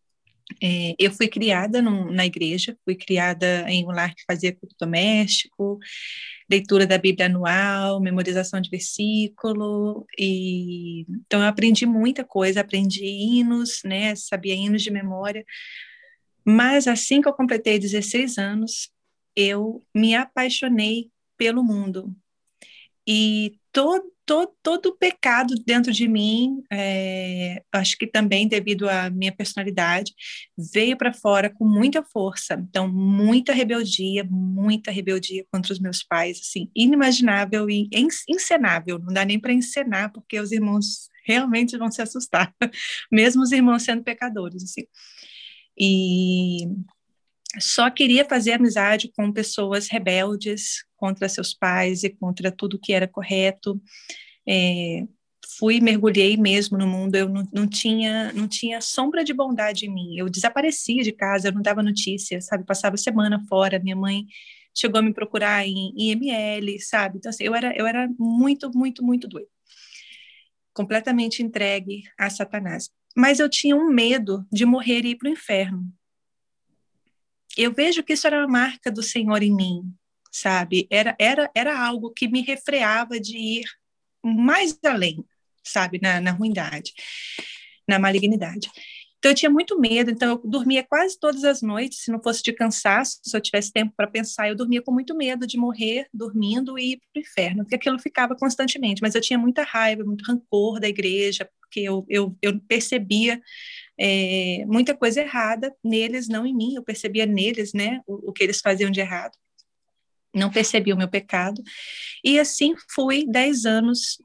Eu fui criada na igreja, fui criada em um lar que fazia culto doméstico, leitura da Bíblia anual, memorização de versículo, então eu aprendi muita coisa, aprendi hinos, né, sabia hinos de memória, mas assim que eu completei 16 anos, eu me apaixonei pelo mundo, e todo o pecado dentro de mim, acho que também devido à minha personalidade, veio para fora com muita força. Então, muita rebeldia contra os meus pais, assim, inimaginável e incenável. Não dá nem para encenar, porque os irmãos realmente vão se assustar, mesmo os irmãos sendo pecadores, assim. E só queria fazer amizade com pessoas rebeldes contra seus pais e contra tudo que era correto. Mergulhei mesmo no mundo, eu não tinha sombra de bondade em mim, eu desaparecia de casa, eu não dava notícia, sabe, passava semana fora, minha mãe chegou a me procurar em IML, sabe, então assim, eu era muito, muito, muito doida, completamente entregue a Satanás, mas eu tinha um medo de morrer e ir para o inferno. Eu vejo que isso era uma marca do Senhor em mim, sabe? Era algo que me refreava de ir mais além, sabe? Na ruindade, na malignidade. Então, eu tinha muito medo, então eu dormia quase todas as noites, se não fosse de cansaço, se eu tivesse tempo para pensar, eu dormia com muito medo de morrer dormindo e ir para o inferno, porque aquilo ficava constantemente, mas eu tinha muita raiva, muito rancor da igreja, porque eu percebia muita coisa errada neles, não em mim, eu percebia neles, né, o que eles faziam de errado, não percebia o meu pecado, e assim fui 10 anos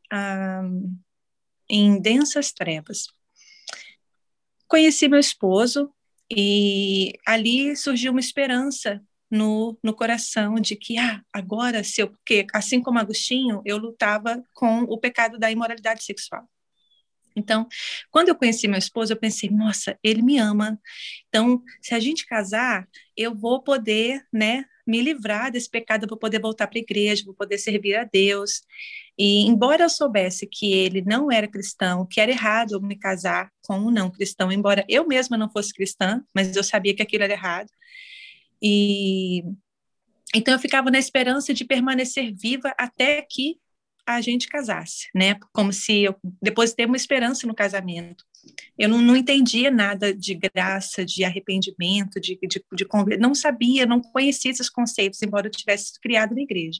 em densas trevas. Conheci meu esposo e ali surgiu uma esperança no coração de que, agora, porque assim como Agostinho, eu lutava com o pecado da imoralidade sexual. Então, quando eu conheci meu esposo, eu pensei, nossa, ele me ama. Então, se a gente casar, eu vou poder, né, me livrar desse pecado, eu vou poder voltar para a igreja, vou poder servir a Deus. E, embora eu soubesse que ele não era cristão, que era errado eu me casar com um não cristão, embora eu mesma não fosse cristã, mas eu sabia que aquilo era errado. E então, eu ficava na esperança de permanecer viva até que a gente casasse, né? Como se eu depositei uma esperança no casamento. Eu não entendia nada de graça, de arrependimento, de não sabia, não conhecia esses conceitos, embora eu tivesse sido criado na igreja.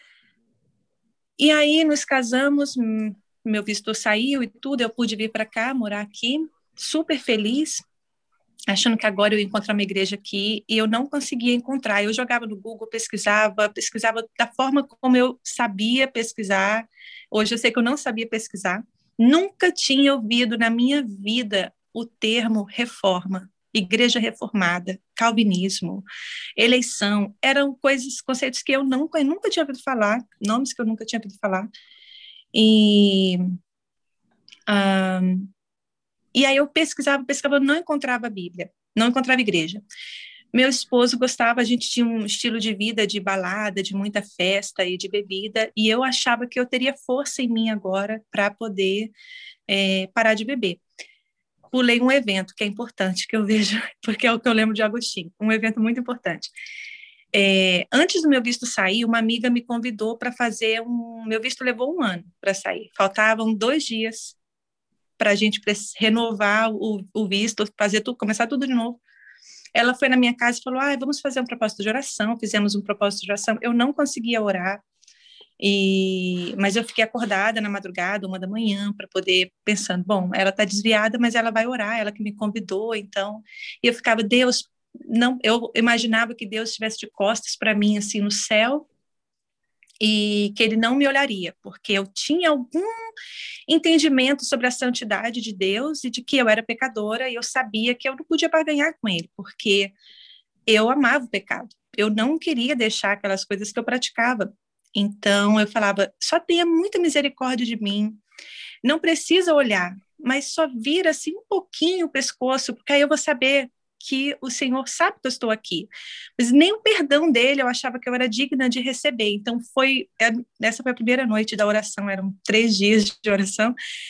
E aí nos casamos, meu visto saiu e tudo, eu pude vir para cá, morar aqui, super feliz, achando que agora eu ia encontrar uma igreja aqui, e eu não conseguia encontrar. Eu jogava no Google, pesquisava da forma como eu sabia pesquisar. Hoje eu sei que eu não sabia pesquisar. Nunca tinha ouvido na minha vida o termo reforma, igreja reformada, calvinismo, eleição. Eram conceitos que eu nunca tinha ouvido falar, nomes que eu nunca tinha ouvido falar. E aí eu pesquisava, não encontrava a Bíblia, não encontrava igreja. Meu esposo gostava, a gente tinha um estilo de vida de balada, de muita festa e de bebida, e eu achava que eu teria força em mim agora para poder parar de beber. Pulei um evento que é importante, que eu vejo, porque é o que eu lembro de Agostinho, um evento muito importante. Antes do meu visto sair, uma amiga me convidou para fazer meu visto levou 1 ano para sair, faltavam 2 dias para a gente renovar o visto, fazer tudo, começar tudo de novo. Ela foi na minha casa e falou, vamos fazer um propósito de oração, fizemos um propósito de oração, eu não conseguia orar, mas eu fiquei acordada na madrugada, 1 da manhã, para poder, pensando, bom, ela está desviada, mas ela vai orar, ela que me convidou, então, e eu ficava, Deus, não, eu imaginava que Deus estivesse de costas para mim, assim, no céu, e que ele não me olharia, porque eu tinha algum entendimento sobre a santidade de Deus e de que eu era pecadora, e eu sabia que eu não podia barganhar com ele, porque eu amava o pecado, eu não queria deixar aquelas coisas que eu praticava. Então eu falava, só tenha muita misericórdia de mim, não precisa olhar, mas só vira assim um pouquinho o pescoço, porque aí eu vou saber que o Senhor sabe que eu estou aqui. Mas nem o perdão dele eu achava que eu era digna de receber. Então essa foi a primeira noite da oração, eram 3 dias de oração,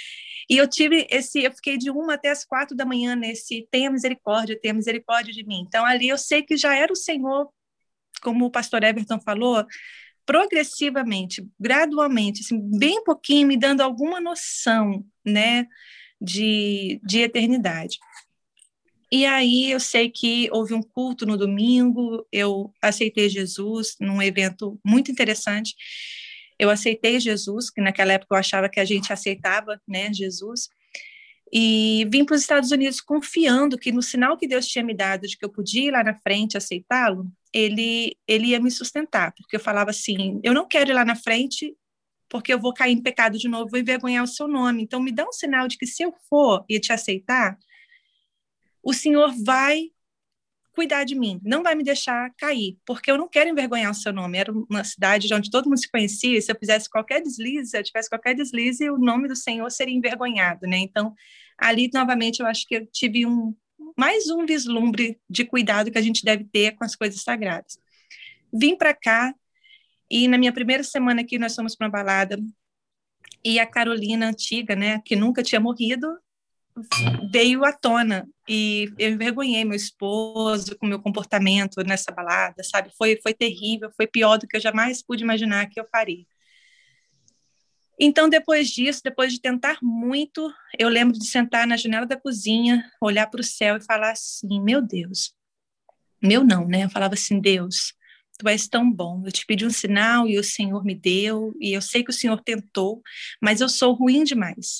E eu fiquei de 1 até as 4 da manhã nesse tenha misericórdia de mim. Então, ali eu sei que já era o Senhor, como o pastor Everton falou, progressivamente, gradualmente, assim, bem pouquinho, me dando alguma noção, né, de eternidade. E aí eu sei que houve um culto no domingo, eu aceitei Jesus num evento muito interessante. Eu aceitei Jesus, que naquela época eu achava que a gente aceitava, né, Jesus, e vim para os Estados Unidos confiando que no sinal que Deus tinha me dado de que eu podia ir lá na frente aceitá-lo, ele ia me sustentar, porque eu falava assim, eu não quero ir lá na frente porque eu vou cair em pecado de novo, vou envergonhar o seu nome, então me dá um sinal de que se eu for e te aceitar, o Senhor vai cuidar de mim, não vai me deixar cair, porque eu não quero envergonhar o seu nome. Era uma cidade onde todo mundo se conhecia, e se eu fizesse qualquer deslize, se eu tivesse qualquer deslize, o nome do Senhor seria envergonhado, né? Então, ali, novamente, eu acho que eu tive mais um vislumbre de cuidado que a gente deve ter com as coisas sagradas. Vim para cá, e na minha primeira semana aqui, nós fomos para uma balada, e a Carolina antiga, né, que nunca tinha morrido, veio à tona, e eu envergonhei meu esposo com meu comportamento nessa balada, sabe? Foi terrível, foi pior do que eu jamais pude imaginar que eu faria. Então, depois disso, depois de tentar muito, eu lembro de sentar na janela da cozinha, olhar para o céu e falar assim, meu Deus, meu não, né? Eu falava assim, Deus, tu és tão bom, eu te pedi um sinal e o Senhor me deu, e eu sei que o Senhor tentou, mas eu sou ruim demais.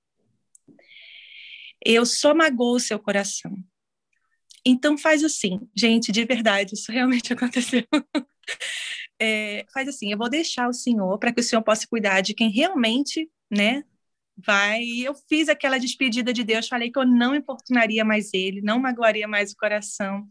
Eu só magoo o seu coração. Então faz assim, gente, de verdade, isso realmente aconteceu. Faz assim, eu vou deixar o Senhor para que o Senhor possa cuidar de quem realmente, né, vai. E eu fiz aquela despedida de Deus, falei que eu não importunaria mais ele, não magoaria mais o coração.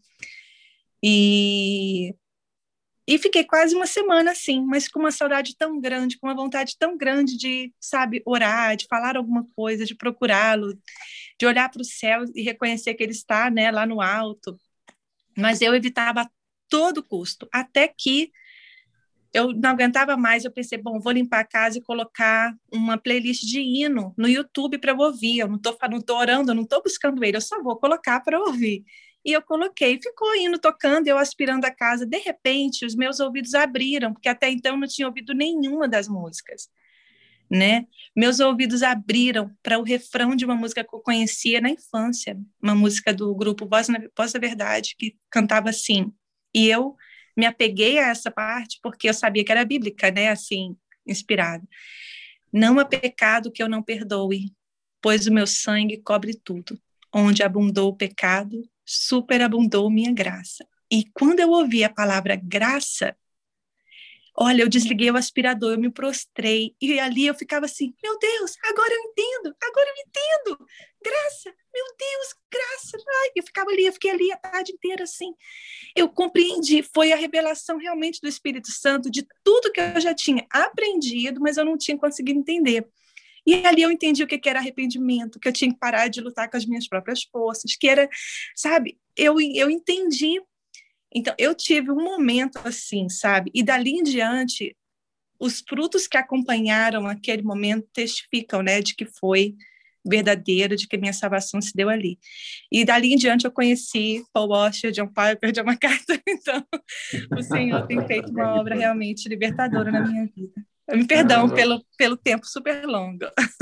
E fiquei quase uma semana assim, mas com uma saudade tão grande, com uma vontade tão grande de, sabe, orar, de falar alguma coisa, de procurá-lo, de olhar para o céu e reconhecer que ele está, né, lá no alto. Mas eu evitava a todo custo, até que eu não aguentava mais, eu pensei, bom, vou limpar a casa e colocar uma playlist de hino no YouTube para eu ouvir, eu não tô orando, eu não estou buscando ele, eu só vou colocar para ouvir. E eu coloquei, ficou hino tocando, eu aspirando a casa, de repente os meus ouvidos abriram, porque até então eu não tinha ouvido nenhuma das músicas, né? Meus ouvidos abriram para o refrão de uma música que eu conhecia na infância, uma música do grupo Voz da Verdade, que cantava assim, e eu me apeguei a essa parte porque eu sabia que era bíblica, né, assim, inspirada. Não há pecado que eu não perdoe, pois o meu sangue cobre tudo. Onde abundou o pecado, superabundou minha graça. E quando eu ouvi a palavra graça, olha, eu desliguei o aspirador, eu me prostrei, e ali eu ficava assim, meu Deus, agora eu entendo, graça, meu Deus, graça. Ai, eu fiquei ali a tarde inteira assim. Eu compreendi, foi a revelação realmente do Espírito Santo de tudo que eu já tinha aprendido, mas eu não tinha conseguido entender. E ali eu entendi o que era arrependimento, que eu tinha que parar de lutar com as minhas próprias forças, que era, sabe, eu entendi. Então, eu tive um momento assim, sabe? E dali em diante, os frutos que acompanharam aquele momento testificam, né, de que foi verdadeiro, de que minha salvação se deu ali. E dali em diante eu conheci Paul Washer, John Piper, John MacArthur, então o Senhor tem feito uma obra realmente libertadora na minha vida. Me perdão pelo tempo super longo.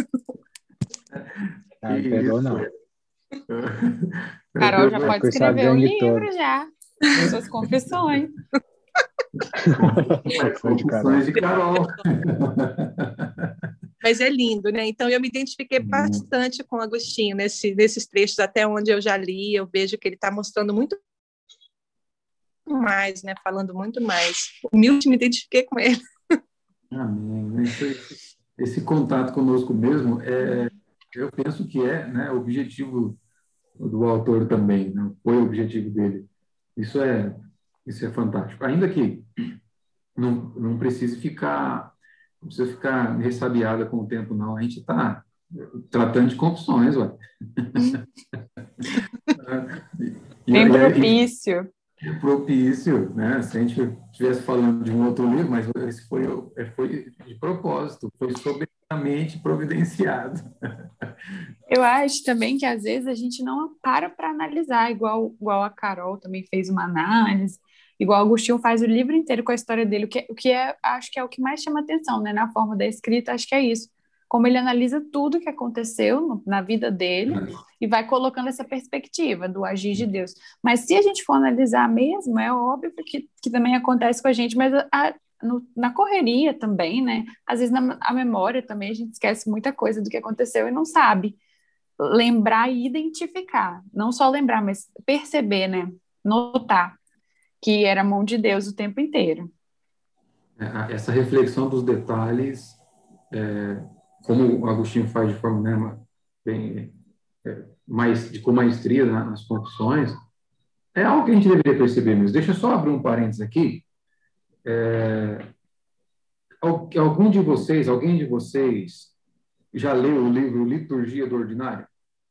Não perdoa, não. Carol já pode escrever um livro já. Suas confissões. Confissões de Carol. Mas é lindo, né? Então eu me identifiquei bastante com Agostinho nesses trechos, até onde eu já li, eu vejo que ele está mostrando muito mais, né? Falando muito mais. Humilde, me identifiquei com ele. Amém. Esse contato conosco mesmo, eu penso que né, o objetivo do autor também, né? Foi o objetivo dele. Isso é fantástico. Ainda que não precise ficar ressabiada com o tempo, não. A gente está tratando de confissões, ué. Bem propício. propício, né? Se a gente estivesse falando de um outro livro, mas esse foi de propósito, foi soberanamente providenciado. Eu acho também que às vezes a gente não para analisar, igual a Carol também fez uma análise, igual o Agostinho faz o livro inteiro com a história dele, acho que é o que mais chama atenção, né? Na forma da escrita, acho que é isso. Como ele analisa tudo que aconteceu na vida dele e vai colocando essa perspectiva do agir de Deus. Mas se a gente for analisar mesmo, é óbvio que também acontece com a gente, mas na correria também, né? Às vezes a memória também, a gente esquece muita coisa do que aconteceu e não sabe lembrar e identificar. Não só lembrar, mas perceber, né? Notar que era a mão de Deus o tempo inteiro. Essa reflexão dos detalhes, como o Agostinho faz de forma, né, bem, com maestria, né, nas confissões, é algo que a gente deveria perceber mesmo. Deixa eu só abrir um parênteses aqui. Alguém de vocês já leu o livro Liturgia do Ordinário?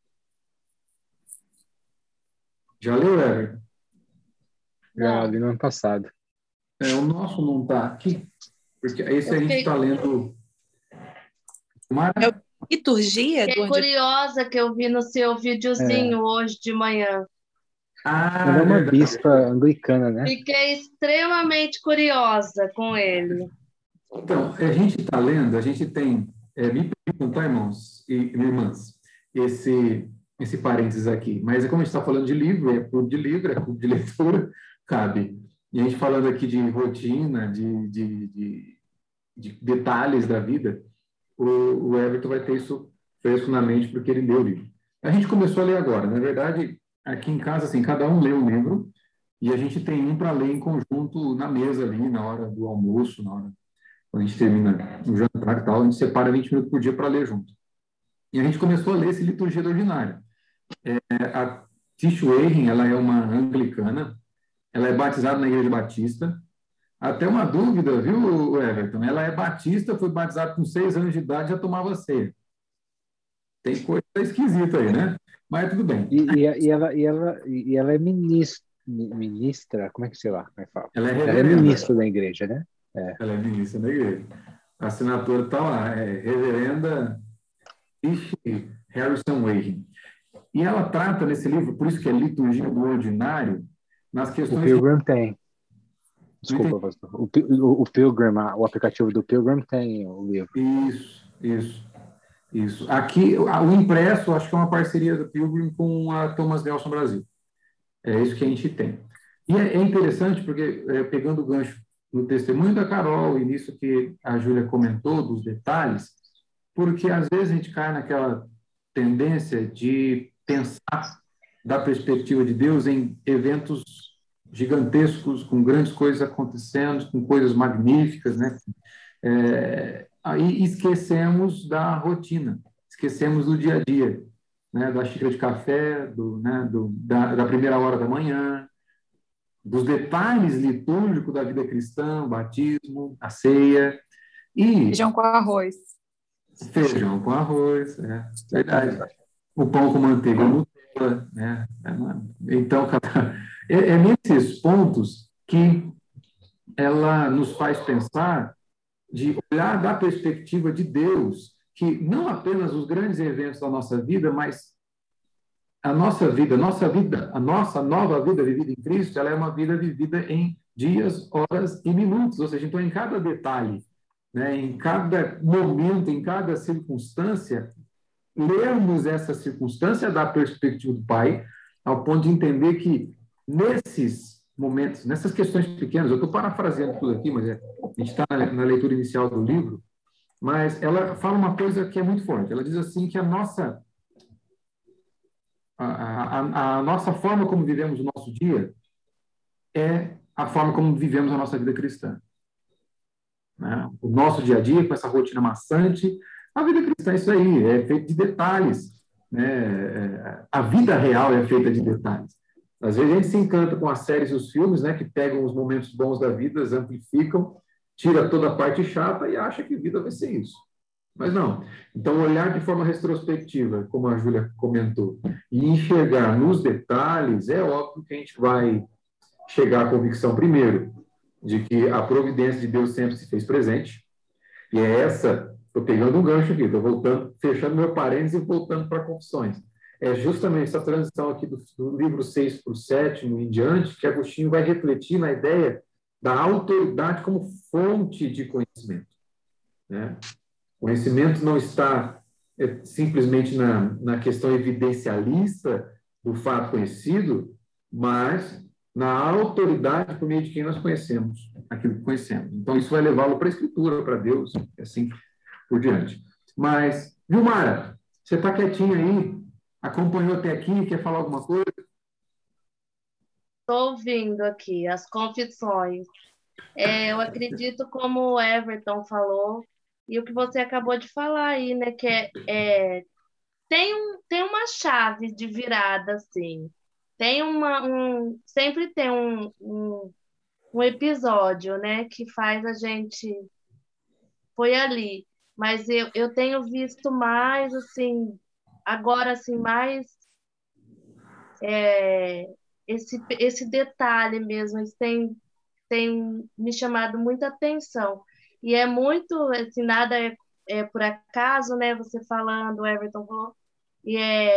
Já leu, Everton? Já li no ano passado. O nosso não está aqui, porque esse a gente está lendo. Liturgia? Fiquei curiosa que eu vi no seu videozinho hoje de manhã. Ela é uma bispa anglicana, né? Fiquei extremamente curiosa com ele. Então, a gente está lendo, a gente tem, me permitam, tá, irmãos e irmãs, esse parênteses aqui, mas como a gente está falando de livro, é clube de leitura, cabe. E a gente falando aqui de rotina, de detalhes da vida, o Everton vai ter isso fresco na mente porque ele leu o livro. A gente começou a ler agora. Na verdade, aqui em casa, assim, cada um lê um livro e a gente tem um para ler em conjunto na mesa ali, na hora do almoço, na hora quando a gente termina o jantar e tal, a gente separa 20 minutos por dia para ler junto. E a gente começou a ler esse Liturgia do Ordinário. A Tish Warren, ela é uma anglicana, ela é batizada na Igreja Batista. Até uma dúvida, viu, Everton? Ela é batista, foi batizada com 6 anos de idade, já tomava ceia. Tem coisa esquisita aí, né? Mas tudo bem. E ela é ministra, como é que sei lá, como é que fala? Ela é Ela é ministra da igreja, né? Ela é ministra da igreja. A assinatura está lá, Reverenda Tish Harrison Warren. E ela trata nesse livro, por isso que é Liturgia do Ordinário, nas questões... O Pilgrim tem. Desculpa, pastor. O Pilgrim, o aplicativo do Pilgrim tem o livro. Isso. Aqui, o impresso, acho que é uma parceria do Pilgrim com a Thomas Nelson Brasil. É isso que a gente tem. E é interessante, porque, pegando o gancho no testemunho da Carol e nisso que a Júlia comentou, dos detalhes, porque às vezes a gente cai naquela tendência de pensar da perspectiva de Deus em eventos gigantescos, com grandes coisas acontecendo, com coisas magníficas, né? Aí esquecemos da rotina, esquecemos do dia a dia, né? Da xícara de café, da primeira hora da manhã, dos detalhes litúrgicos da vida cristã, o batismo, a ceia e... Feijão com arroz. Feijão com arroz, verdade. O pão com manteiga Nutella, né? Então, nesses pontos que ela nos faz pensar de olhar da perspectiva de Deus, que não apenas os grandes eventos da nossa vida, mas a nossa nova vida vivida em Cristo, ela é uma vida vivida em dias, horas e minutos, ou seja, então em cada detalhe, né, em cada momento, em cada circunstância, lermos essa circunstância da perspectiva do Pai, ao ponto de entender que nesses momentos, nessas questões pequenas, eu estou parafraseando tudo aqui, mas a gente está na leitura inicial do livro, mas ela fala uma coisa que é muito forte. Ela diz assim que a nossa forma como vivemos o nosso dia é a forma como vivemos a nossa vida cristã. Né? O nosso dia a dia, com essa rotina maçante, a vida cristã é isso aí, é feita de detalhes. Né? A vida real é feita de detalhes. Às vezes a gente se encanta com as séries e os filmes, né, que pegam os momentos bons da vida, amplificam, tira toda a parte chata e acha que a vida vai ser isso. Mas não. Então, olhar de forma retrospectiva, como a Júlia comentou, e enxergar nos detalhes, é óbvio que a gente vai chegar à convicção, primeiro, de que a providência de Deus sempre se fez presente, e é essa, estou pegando um gancho aqui, estou voltando, fechando meu parênteses e voltando para Confissões. É justamente essa transição aqui do livro 6 para o 7 em diante, que Agostinho vai refletir na ideia da autoridade como fonte de conhecimento. Né? Conhecimento não está simplesmente na questão evidencialista do fato conhecido, mas na autoridade por meio de quem nós conhecemos, aquilo que conhecemos. Então, isso vai levá-lo para a Escritura, para Deus, e assim por diante. Mas, Vilmara, você está quietinha aí? Acompanhou até aqui? Quer falar alguma coisa? Estou ouvindo aqui as confissões. Eu acredito, como o Everton falou, e o que você acabou de falar aí, né? Que tem uma chave de virada, assim. Sempre tem um episódio, né? Que faz a gente. Foi ali. Mas eu tenho visto mais, assim, agora, assim, mais esse detalhe mesmo. Isso tem me chamado muita atenção. E é muito, assim, nada é por acaso, né? Você falando, o Everton falou. E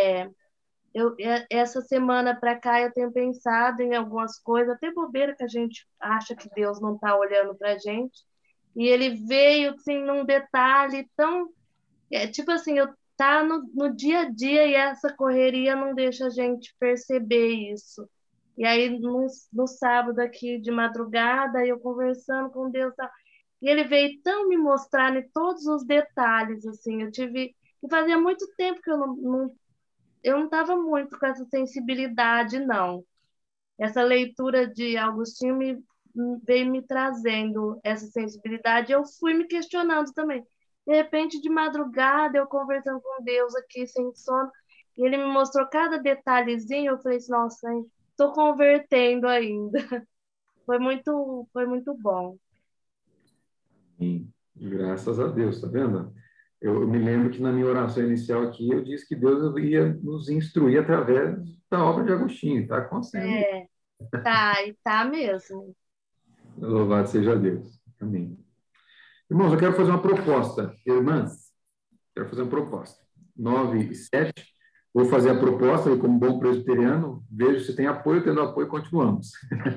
essa semana para cá eu tenho pensado em algumas coisas, até bobeira que a gente acha que Deus não está olhando para a gente. E ele veio, assim, num detalhe tão... tipo assim, eu tá no dia a dia e essa correria não deixa a gente perceber isso. E aí, no sábado aqui de madrugada, eu conversando com Deus, tá? E ele veio tão me mostrar em todos os detalhes, assim, e fazia muito tempo que eu não estava muito com essa sensibilidade, não. Essa leitura de Agostinho veio me trazendo essa sensibilidade, eu fui me questionando também. De repente, de madrugada, eu conversando com Deus aqui, sem sono, e ele me mostrou cada detalhezinho, eu falei assim, nossa, estou convertendo ainda. Foi muito bom. Sim, graças a Deus, tá vendo? Eu me lembro que na minha oração inicial aqui, eu disse que Deus ia nos instruir através da obra de Agostinho, está acontecendo. E tá mesmo. Louvado seja Deus. Amém. Irmãos, eu quero fazer uma proposta. Irmãs, quero fazer uma proposta. 9 e 7. Vou fazer a proposta, e como bom presbiteriano, vejo se tem apoio, tendo apoio, continuamos.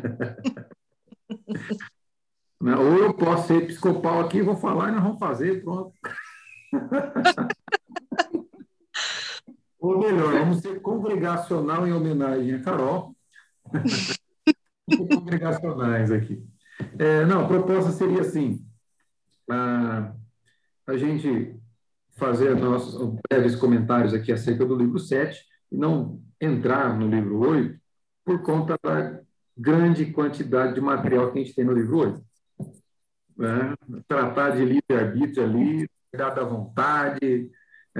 Ou eu posso ser episcopal aqui, vou falar e nós vamos fazer, pronto. Ou melhor, vamos ser congregacional em homenagem a Carol. Congregacionais aqui. Não, a proposta seria assim, a gente fazer nossos breves comentários aqui acerca do livro 7 e não entrar no livro 8 por conta da grande quantidade de material que a gente tem no livro 8. Né? Tratar de livre-arbítrio ali, cuidar da vontade,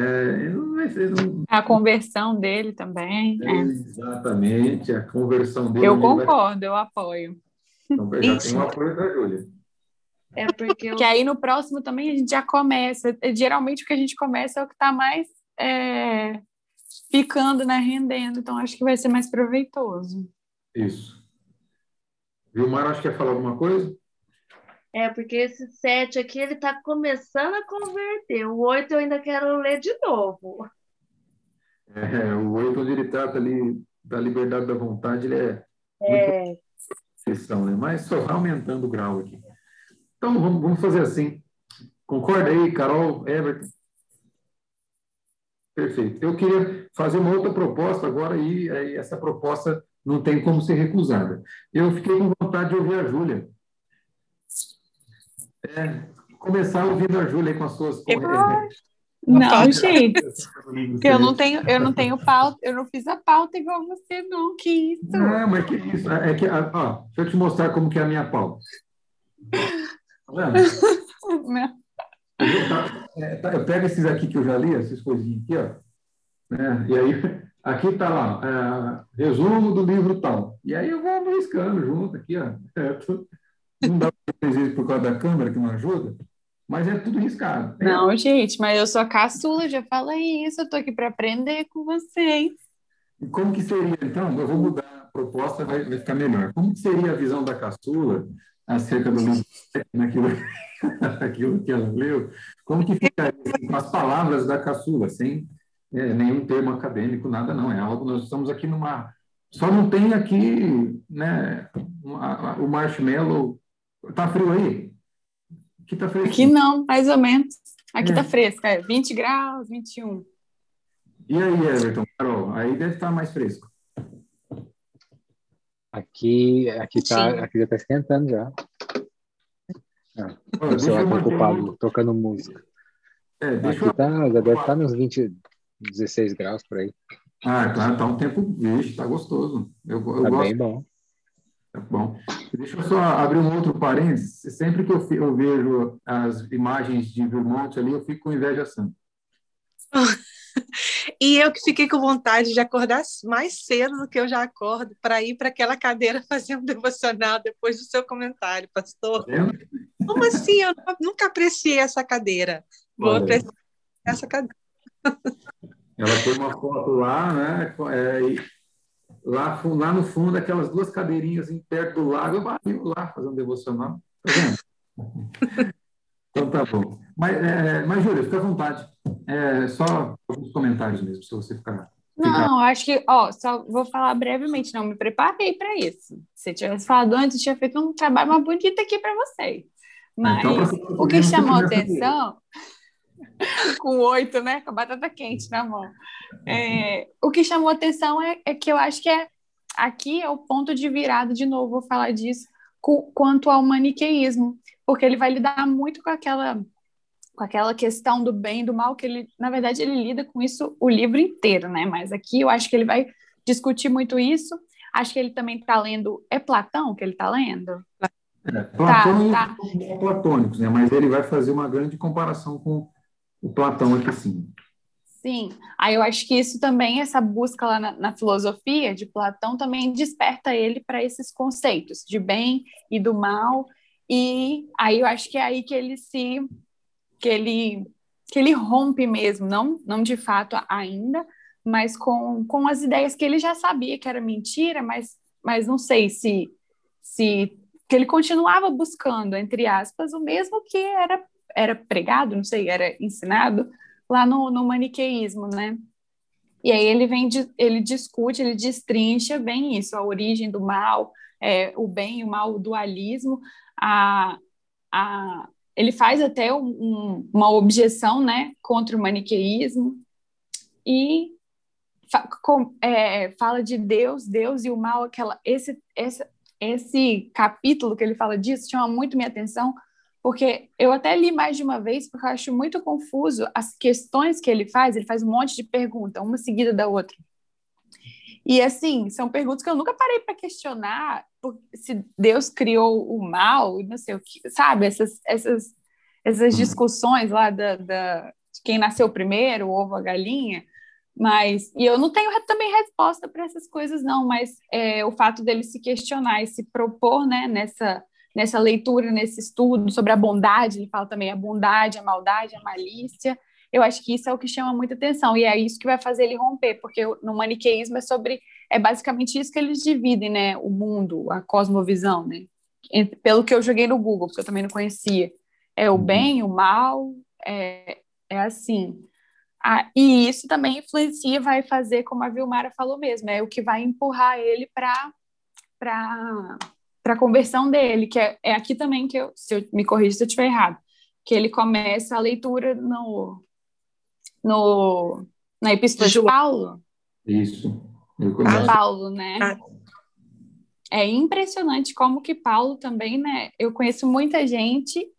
a conversão dele também. Exatamente, a conversão dele. Eu concordo, eu apoio. Então, já tem o apoio da Júlia. Porque aí no próximo também a gente já começa. Geralmente o que a gente começa é o que está mais ficando, né, rendendo. Então acho que vai ser mais proveitoso. Isso. Vilmar, acho que quer falar alguma coisa? Porque esse 7 aqui, ele está começando a converter. O 8 eu ainda quero ler de novo. O 8, onde ele trata ali da liberdade da vontade, ele muito exceção, né? Mas só vai aumentando o grau aqui. Então, vamos fazer assim. Concorda aí, Carol, Everton? Perfeito. Eu queria fazer uma outra proposta agora e essa proposta não tem como ser recusada. Eu fiquei com vontade de ouvir a Júlia. Começar ouvindo a Júlia com as suas... Não, gente, eu não tenho pauta, eu não fiz a pauta igual você, não, que isso? Não, mas que isso? Deixa eu te mostrar como que é a minha pauta. Tá vendo? Eu pego esses aqui que eu já li, essas coisinhas aqui, ó. E aí, aqui tá lá, resumo do livro tal. E aí eu vou riscando junto aqui, ó. Não dá para fazer isso por causa da câmera que não ajuda, mas é tudo riscado. Não, gente, mas eu sou a caçula, já falei isso, eu tô aqui para aprender com vocês. E como que seria, então? Eu vou mudar proposta vai ficar melhor. Como que seria a visão da caçula acerca do livro, naquilo, aquilo que ela leu? Como que ficaria assim, com as palavras da caçula, sem nenhum termo acadêmico, nada não. É algo, nós estamos aqui numa... Só não tem aqui, né, o marshmallow. Tá frio aí? Aqui tá fresco. Aqui não, mais ou menos. Aqui tá É. fresco, 20 graus, 21. E aí, Everton, Carol, aí deve estar mais fresco. Aqui Sim. já tá esquentando já. Olha, O celular tá deixa eu ocupado tocando música. deixa Aqui já deve estar nos 20, 16 graus por aí. tá um tempo, vixe, tá gostoso. Eu Tá gosto, bem bom. tá bom. Deixa eu só abrir um outro parênteses. Sempre que eu vejo as imagens de Vermont ali, eu fico com inveja santa. E eu que fiquei com vontade de acordar mais cedo do que eu já acordo para ir para aquela cadeira fazer um devocional depois do seu comentário, pastor. Tá vendo? Como assim? Eu nunca apreciei essa cadeira. Vou Olha, apreciar essa cadeira. ela tem uma foto lá, né? Lá no fundo, aquelas duas cadeirinhas em perto do lago, eu vou lá fazer um devocional. Tá vendo? Então tá bom. Mas Júlia, fica à vontade. Só alguns comentários mesmo, se você ficar. Não, acho que, só vou falar brevemente, não me preparei para isso. Se eu tivesse falado antes, eu tinha feito um trabalho mais bonito aqui para vocês. Mas Então, o que chamou atenção, com 8, né, com a batata quente na mão, o que chamou atenção é que eu acho que aqui é o ponto de virada, de novo, vou falar disso, quanto ao maniqueísmo, porque ele vai lidar muito com aquela questão do bem e do mal, que ele, na verdade, ele lida com isso o livro inteiro, né? Mas aqui eu acho que ele vai discutir muito isso. Acho que ele também está lendo... É Platão que ele está lendo? Platão Tá. são platônicos, né? Mas ele vai fazer uma grande comparação com o Platão aqui, sim. Sim. Aí eu acho que isso também, essa busca lá na filosofia de Platão, também desperta ele para esses conceitos de bem e do mal. E aí eu acho que é aí que ele rompe mesmo, não de fato ainda, mas com as ideias que ele já sabia que era mentira, mas não sei se que ele continuava buscando, entre aspas, o mesmo que era pregado, não sei, era ensinado lá no maniqueísmo, né? E aí ele discute, ele destrincha bem isso, a origem do mal, o bem e o mal, o dualismo, a, ele faz até uma objeção, né, contra o maniqueísmo e fala de Deus e o mal, esse capítulo que ele fala disso chama muito minha atenção, porque eu até li mais de uma vez, porque eu acho muito confuso as questões que ele faz um monte de perguntas, uma seguida da outra. E, assim, são perguntas que eu nunca parei para questionar se Deus criou o mal, não sei o que, sabe? Essas discussões lá de quem nasceu primeiro, o ovo, a galinha. E eu não tenho também resposta para essas coisas, não, mas o fato dele se questionar e se propor, né, nessa leitura, nesse estudo sobre a bondade, ele fala também a bondade, a maldade, a malícia. Eu acho que isso é o que chama muita atenção, e é isso que vai fazer ele romper, porque no maniqueísmo é basicamente isso que eles dividem, né, o mundo, a cosmovisão, né, pelo que eu joguei no Google, porque eu também não conhecia, o bem, o mal, é assim. E isso também influencia, vai fazer, como a Vilmara falou mesmo, é o que vai empurrar ele para a conversão dele, que é aqui também que me corrija se eu estiver errado, que ele começa a leitura na Epístola de Paulo. Isso. Paulo, né? É impressionante como que Paulo também, né? Eu conheço muita gente,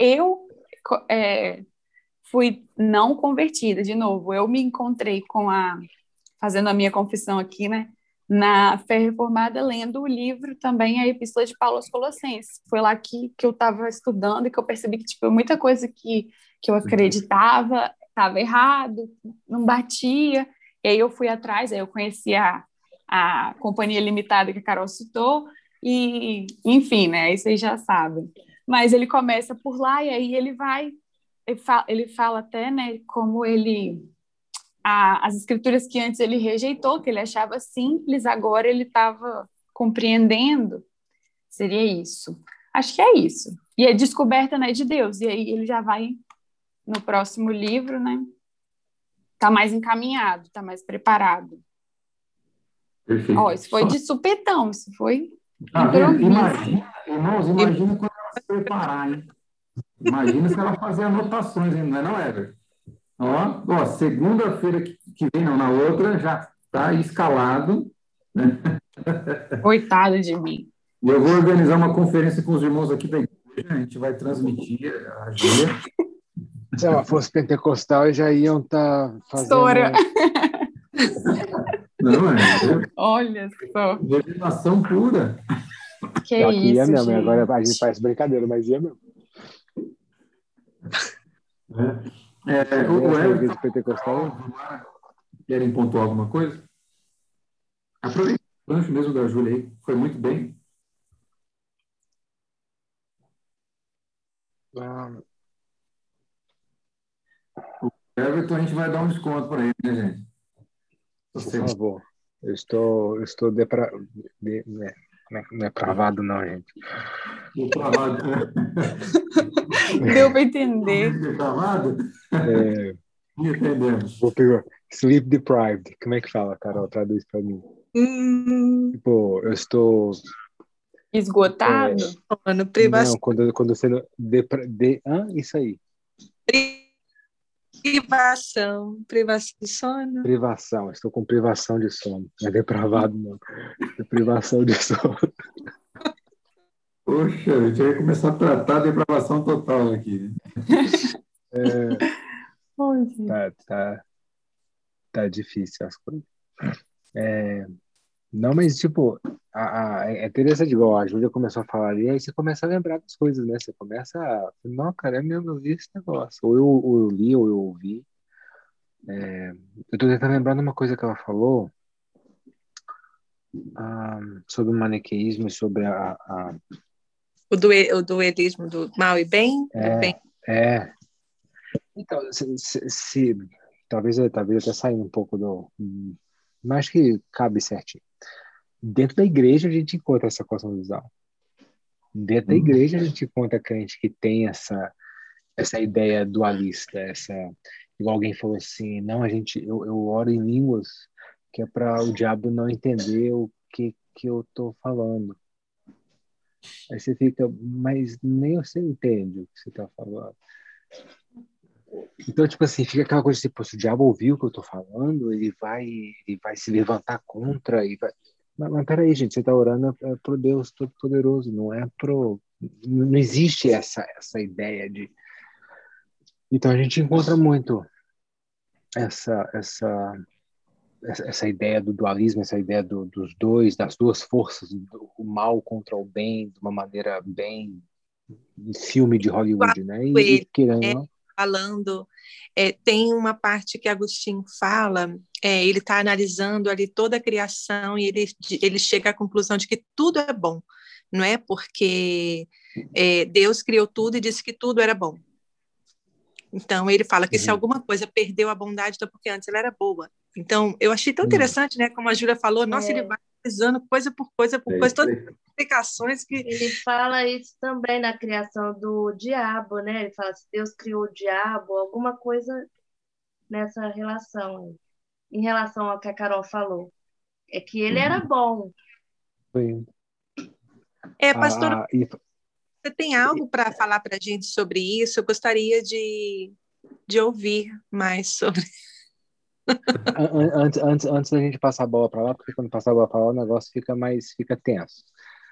fui não convertida, de novo, eu me encontrei fazendo a minha confissão aqui, né? Na Fé Reformada, lendo o livro também, a Epístola de Paulo aos Colossenses. Foi lá que eu estava estudando e que eu percebi que, tipo, muita coisa que eu acreditava estava errado, não batia. E aí eu fui atrás, aí eu conheci a Companhia Limitada que a Carol citou, e, enfim, né? Aí vocês já sabem. Mas ele começa por lá e aí ele fala até, né, como as escrituras que antes ele rejeitou, que ele achava simples, agora ele estava compreendendo, seria isso. Acho que é isso. E a descoberta, né, de Deus. E aí ele já vai no próximo livro, né? Tá mais encaminhado, tá mais preparado. Perfeito. Ó, isso foi de supetão, isso foi Tá vendo? improviso. Imagina, irmãos, imagina quando ela se preparar, hein? Imagina se ela fazer anotações, hein? Não é não, Ever? Ó, segunda-feira que vem, não, na outra, já está escalado, né? Coitado de mim. E eu vou organizar uma conferência com os irmãos aqui da igreja, a gente vai transmitir a Júlia. Se ela fosse pentecostal, já iam estar Estoura. fazendo... Não, Olha só. revelação pura. Que Pior que ia isso, mesmo, gente. agora a gente faz brincadeira, mas ia mesmo. O Essa Everton, igreja pentecostal, querem pontuar alguma coisa? Aproveita o gancho mesmo da Júlia aí, foi muito bem. O Everton, a gente vai dar um desconto para ele, né, gente? por favor. Eu estou não é pravado, não, gente. Depravado. Deu para entender. Depravado? Entendemos. Vou pegar sleep deprived. Como é que fala, Carol? Traduz para mim. Tipo, eu estou Esgotado? não, quando você isso aí. Privação de sono. Privação, estou com privação de sono. Não é depravado, não. É privação de sono. Poxa, a gente vai começar a tratar a depravação total aqui. Tá difícil as coisas. Não, mas tipo, é interessante, igual a Júlia começou a falar ali, aí você começa a lembrar das coisas, né? Você começa a... Não, cara, é mesmo, eu vi esse negócio. Ou eu li, ou eu ouvi. Eu tô tentando lembrar de uma coisa que ela falou sobre o maniqueísmo e sobre O duelismo do mal e bem? Então, talvez até saindo um pouco mas acho que cabe certinho. Dentro da igreja a gente encontra essa cosmovisão. Dentro da igreja a gente encontra crente que tem essa ideia dualista, igual alguém falou assim, não, eu oro em línguas que é para o diabo não entender o que eu tô falando. Aí você fica, mas nem você entende o que você tá falando. Então, tipo assim, fica aquela coisa assim, pô, se o diabo ouviu o que eu tô falando, ele vai se levantar contra e vai... Mas peraí, gente, você tá orando pro Deus Todo-Poderoso, não é pro... Não existe essa ideia de... Então, a gente encontra muito essa ideia do dualismo, essa ideia dos dois, das duas forças, o mal contra o bem, de uma maneira bem filme de Hollywood, né? E querendo... Falando, tem uma parte que Agostinho fala, ele está analisando ali toda a criação e ele chega à conclusão de que tudo é bom, não é porque Deus criou tudo e disse que tudo era bom. Então, ele fala que se alguma coisa perdeu a bondade, então porque antes ela era boa. Então, eu achei tão interessante, né? Como a Júlia falou, nossa, ele vai analisando coisa por coisa, todas as explicações que... Ele fala isso também na criação do diabo, né? Ele fala se Deus criou o diabo, alguma coisa nessa relação, em relação ao que a Carol falou. É que ele era bom. Pastor, você tem algo para falar para a gente sobre isso? Eu gostaria de ouvir mais sobre. Antes da gente passar a bola para lá, porque quando passar a bola para lá o negócio fica tenso.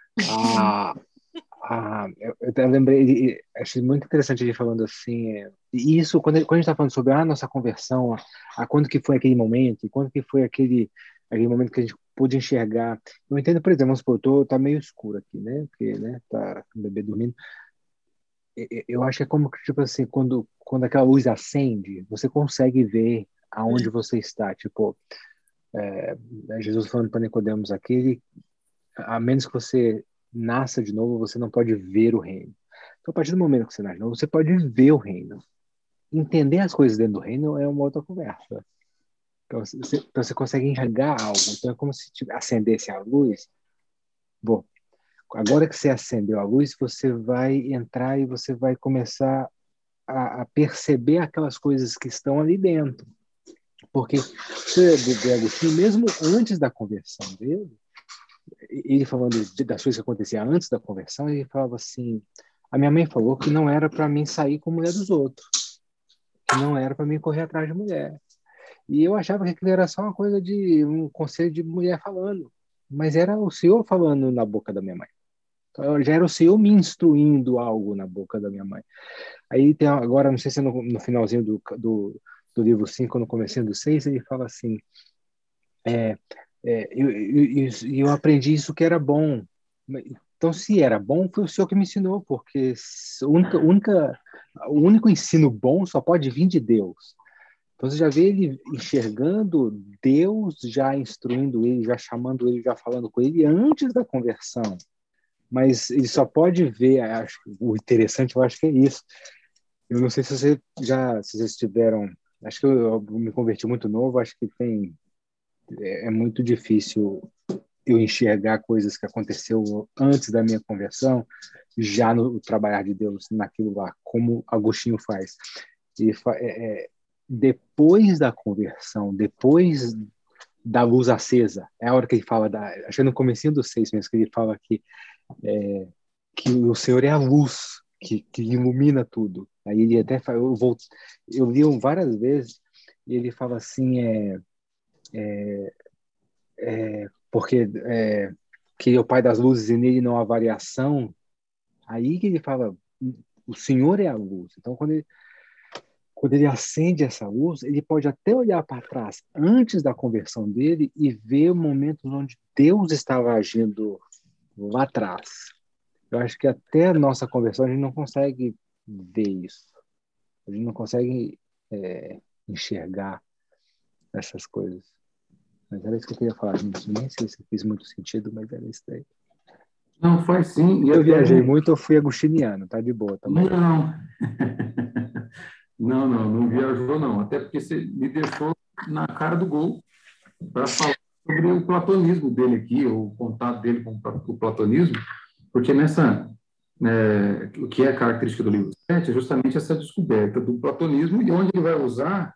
Eu até lembrei, achei muito interessante ele falando assim, e isso quando a gente está falando sobre a nossa conversão, quando que foi aquele momento, quando que foi aquele momento que a gente pôde enxergar. Eu entendo, por exemplo, vamos supor, tá meio escuro aqui, né? Porque, né, tá o bebê dormindo. Eu acho que é como que, tipo assim, quando aquela luz acende, você consegue ver aonde você está. Tipo, Jesus falando para Nicodemos aqui, a menos que você nasça de novo, você não pode ver o reino. Então, a partir do momento que você nasce de novo, você pode ver o reino. Entender as coisas dentro do reino é uma outra conversa. Então, você consegue enxergar algo. Então, é como se acendesse a luz bom, agora que você acendeu a luz, você vai entrar e você vai começar a perceber aquelas coisas que estão ali dentro. Porque o Agostinho, mesmo antes da conversão dele, ele falando das coisas que aconteciam antes da conversão, ele falava assim: a minha mãe falou que não era para mim sair com a mulher dos outros, que não era para mim correr atrás de mulher. E eu achava que aquilo era só uma coisa de um conselho de mulher falando, mas era o Senhor falando na boca da minha mãe. Então, já era o Senhor me instruindo algo na boca da minha mãe. Aí tem agora, não sei se é no finalzinho do livro 5, no comecinho do 6, ele fala assim: eu aprendi isso que era bom. Então, se era bom, foi o Senhor que me ensinou, porque o único ensino bom só pode vir de Deus. Então, você já vê ele enxergando Deus, já instruindo ele, já chamando ele, já falando com ele antes da conversão. Mas ele só pode ver, o interessante, eu acho que é isso. Eu não sei se vocês tiveram, acho que eu me converti muito novo, acho que é muito difícil eu enxergar coisas que aconteceu antes da minha conversão, já no trabalhar de Deus naquilo lá, como Agostinho faz. E depois da conversão, depois da luz acesa, é a hora que ele fala, acho que no comecinho do 6 mesmo, que ele fala que o Senhor é a luz que ilumina tudo. Aí ele até fala, eu li várias vezes, e ele fala assim, porque que é o Pai das luzes e nele não há variação. Aí que ele fala, o Senhor é a luz. Então, quando ele acende essa luz, ele pode até olhar para trás antes da conversão dele e ver momentos onde Deus estava agindo lá atrás. Eu acho que até a nossa conversão a gente não consegue ver isso. A gente não consegue enxergar essas coisas. Mas era isso que eu queria falar. Nem sei se fez muito sentido, mas era isso daí. Não, faz sim. Eu viajei muito, eu fui agostiniano, tá de boa também. Não viajou, não. Até porque você me deixou na cara do gol para falar sobre o platonismo dele aqui, o contato dele com o platonismo, porque o que é a característica do livro 7 é justamente essa descoberta do platonismo e onde ele vai usar,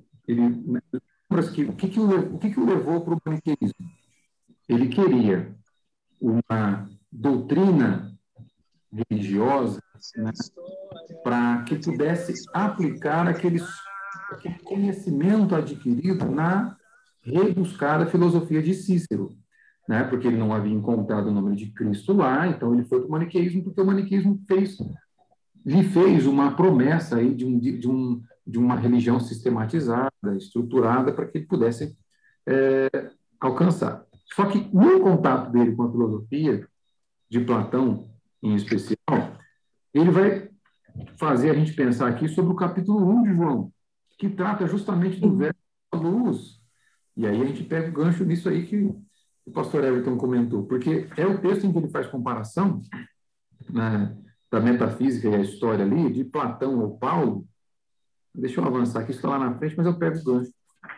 o que o levou para o maniqueísmo? Ele queria uma doutrina religiosa, né, para que pudesse aplicar aquele conhecimento adquirido na rebuscada filosofia de Cícero, né, porque ele não havia encontrado o nome de Cristo lá, então ele foi para o maniqueísmo, porque o maniqueísmo lhe fez uma promessa aí de uma religião sistematizada, estruturada, para que ele pudesse alcançar. Só que no contato dele com a filosofia, de Platão em especial, ele vai fazer a gente pensar aqui sobre o capítulo 1 de João, que trata justamente do verbo da luz. E aí a gente pega o gancho nisso aí que o pastor Everton comentou, porque é o texto em que ele faz comparação, né, da metafísica e a história ali, de Platão ou Paulo. Deixa eu avançar aqui, está lá na frente, mas eu pego o gancho.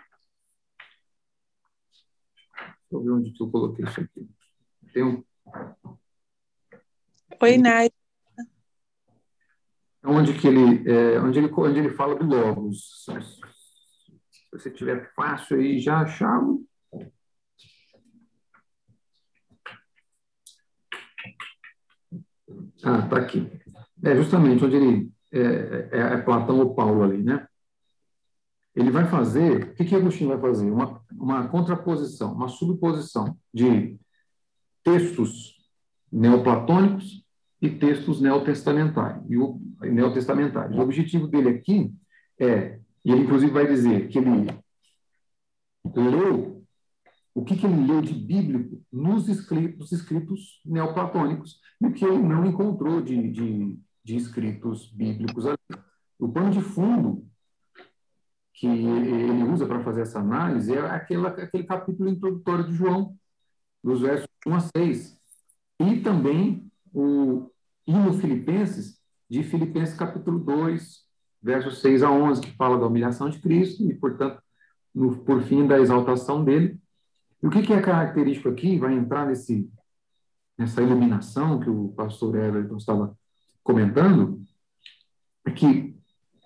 Deixa eu ver onde que eu coloquei isso aqui. Oi, Nai. Onde ele fala do Logos. Se você tiver fácil aí, já achava. Tá aqui. Justamente onde ele é Platão ou Paulo ali, né? Ele vai fazer, o que Agostinho vai fazer? Uma contraposição, uma subposição de textos neoplatônicos e textos neotestamentários. O objetivo dele aqui e ele inclusive vai dizer que ele leu, o que ele leu de bíblico nos escritos neoplatônicos e o que ele não encontrou de escritos bíblicos ali. O pano de fundo que ele usa para fazer essa análise é aquele capítulo introdutório de João, dos versos 1 a 6, e também o hino Filipenses, de Filipenses capítulo 2, versos 6 a 11, que fala da humilhação de Cristo e, portanto, por fim, da exaltação dele. E o que é característico aqui, vai entrar nessa iluminação que o pastor Everton estava comentando, é que,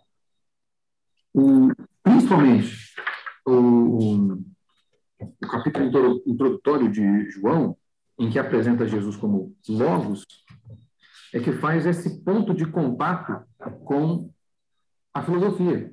principalmente, o capítulo introdutório de João, em que apresenta Jesus como Logos, é que faz esse ponto de contato com a filosofia.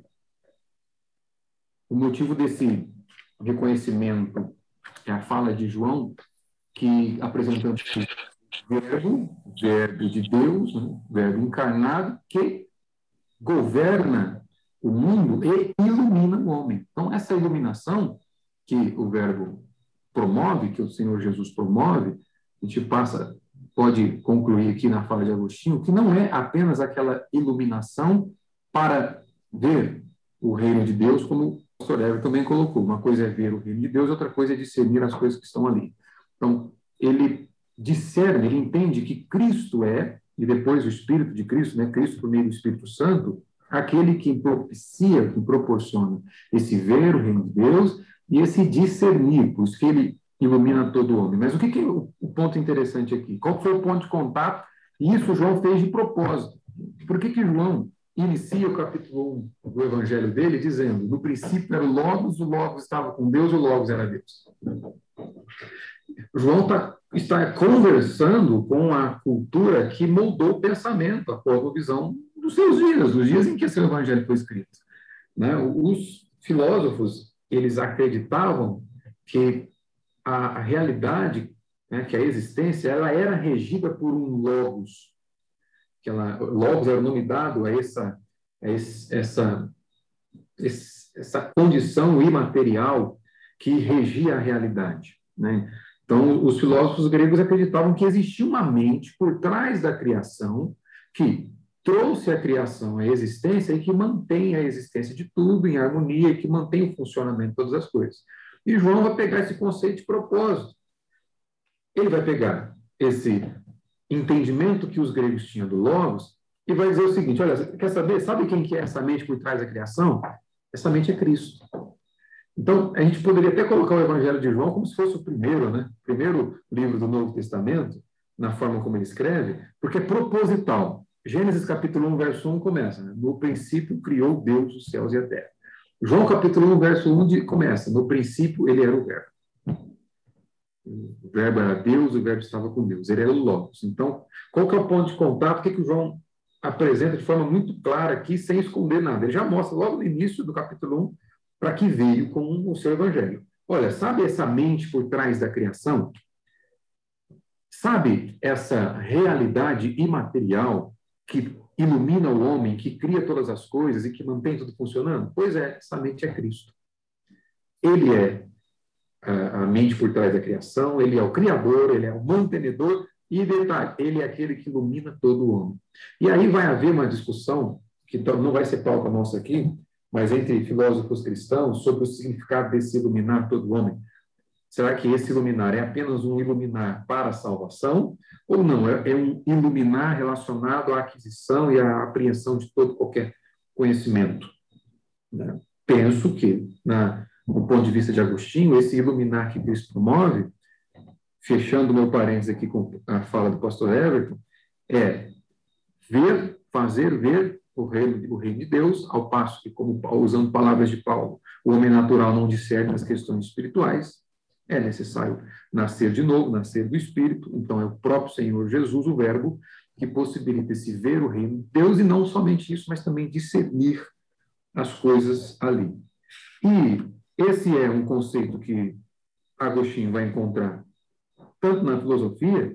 O motivo desse reconhecimento é a fala de João, que apresentando o verbo de Deus, né, o verbo encarnado, que governa o mundo e ilumina o homem. Então, essa iluminação que o verbo promove, que o Senhor Jesus promove, a gente pode concluir aqui na fala de Agostinho, que não é apenas aquela iluminação para ver o reino de Deus, como o pastor Everton também colocou. Uma coisa é ver o reino de Deus, outra coisa é discernir as coisas que estão ali. Então, ele discerne, ele entende que Cristo é, e depois o Espírito de Cristo, né, Cristo por meio do Espírito Santo, aquele que propicia, que proporciona esse ver o reino de Deus e esse discernir, por isso que ele ilumina todo o homem. Mas o que é o ponto interessante aqui? Qual foi o ponto de contato? E isso João fez de propósito. Por que João inicia o capítulo 1 do evangelho dele dizendo: no princípio era o Logos estava com Deus e o Logos era Deus? João está conversando com a cultura que moldou o pensamento, a cosmovisão dos seus dias, dos dias em que esse evangelho foi escrito. Né? Os filósofos, eles acreditavam que a realidade, né, que a existência, ela era regida por um logos. Logos era o nome dado a essa condição imaterial que regia a realidade. Né? Então, os filósofos gregos acreditavam que existia uma mente por trás da criação que trouxe a criação à existência e que mantém a existência de tudo em harmonia e que mantém o funcionamento de todas as coisas. E João vai pegar esse conceito de propósito. Ele vai pegar esse entendimento que os gregos tinham do Logos e vai dizer o seguinte: olha, você quer saber? Sabe quem que é essa mente por trás da criação? Essa mente é Cristo. Então, a gente poderia até colocar o Evangelho de João como se fosse o primeiro, né? O primeiro livro do Novo Testamento, na forma como ele escreve, porque é proposital. Gênesis capítulo 1, verso 1 começa, né? No princípio criou Deus os céus e a terra. João capítulo 1, verso 1 começa, no princípio ele era o verbo. O verbo era Deus, o verbo estava com Deus, ele era o Logos. Então, qual que é o ponto de contato? O que o João apresenta de forma muito clara aqui, sem esconder nada? Ele já mostra logo no início do capítulo 1 para que veio com o seu evangelho. Olha, sabe essa mente por trás da criação? Sabe essa realidade imaterial que ilumina o homem, que cria todas as coisas e que mantém tudo funcionando? Pois é, essa mente é Cristo. Ele é a mente por trás da criação, ele é o criador, ele é o mantenedor e, detalhe, ele é aquele que ilumina todo o homem. E aí vai haver uma discussão, que não vai ser pauta nossa aqui, mas entre filósofos cristãos, sobre o significado desse iluminar todo o homem. Será que esse iluminar é apenas um iluminar para a salvação, ou não? É um iluminar relacionado à aquisição e à apreensão de todo qualquer conhecimento? Né? Penso que, do ponto de vista de Agostinho, esse iluminar que Cristo promove, fechando meu parênteses aqui com a fala do pastor Everton, é fazer ver o reino de Deus, ao passo que, como usando palavras de Paulo, o homem natural não discerne as questões espirituais, é necessário nascer de novo, nascer do Espírito. Então, é o próprio Senhor Jesus, o Verbo, que possibilita esse ver o reino de Deus, e não somente isso, mas também discernir as coisas ali. E esse é um conceito que Agostinho vai encontrar tanto na filosofia,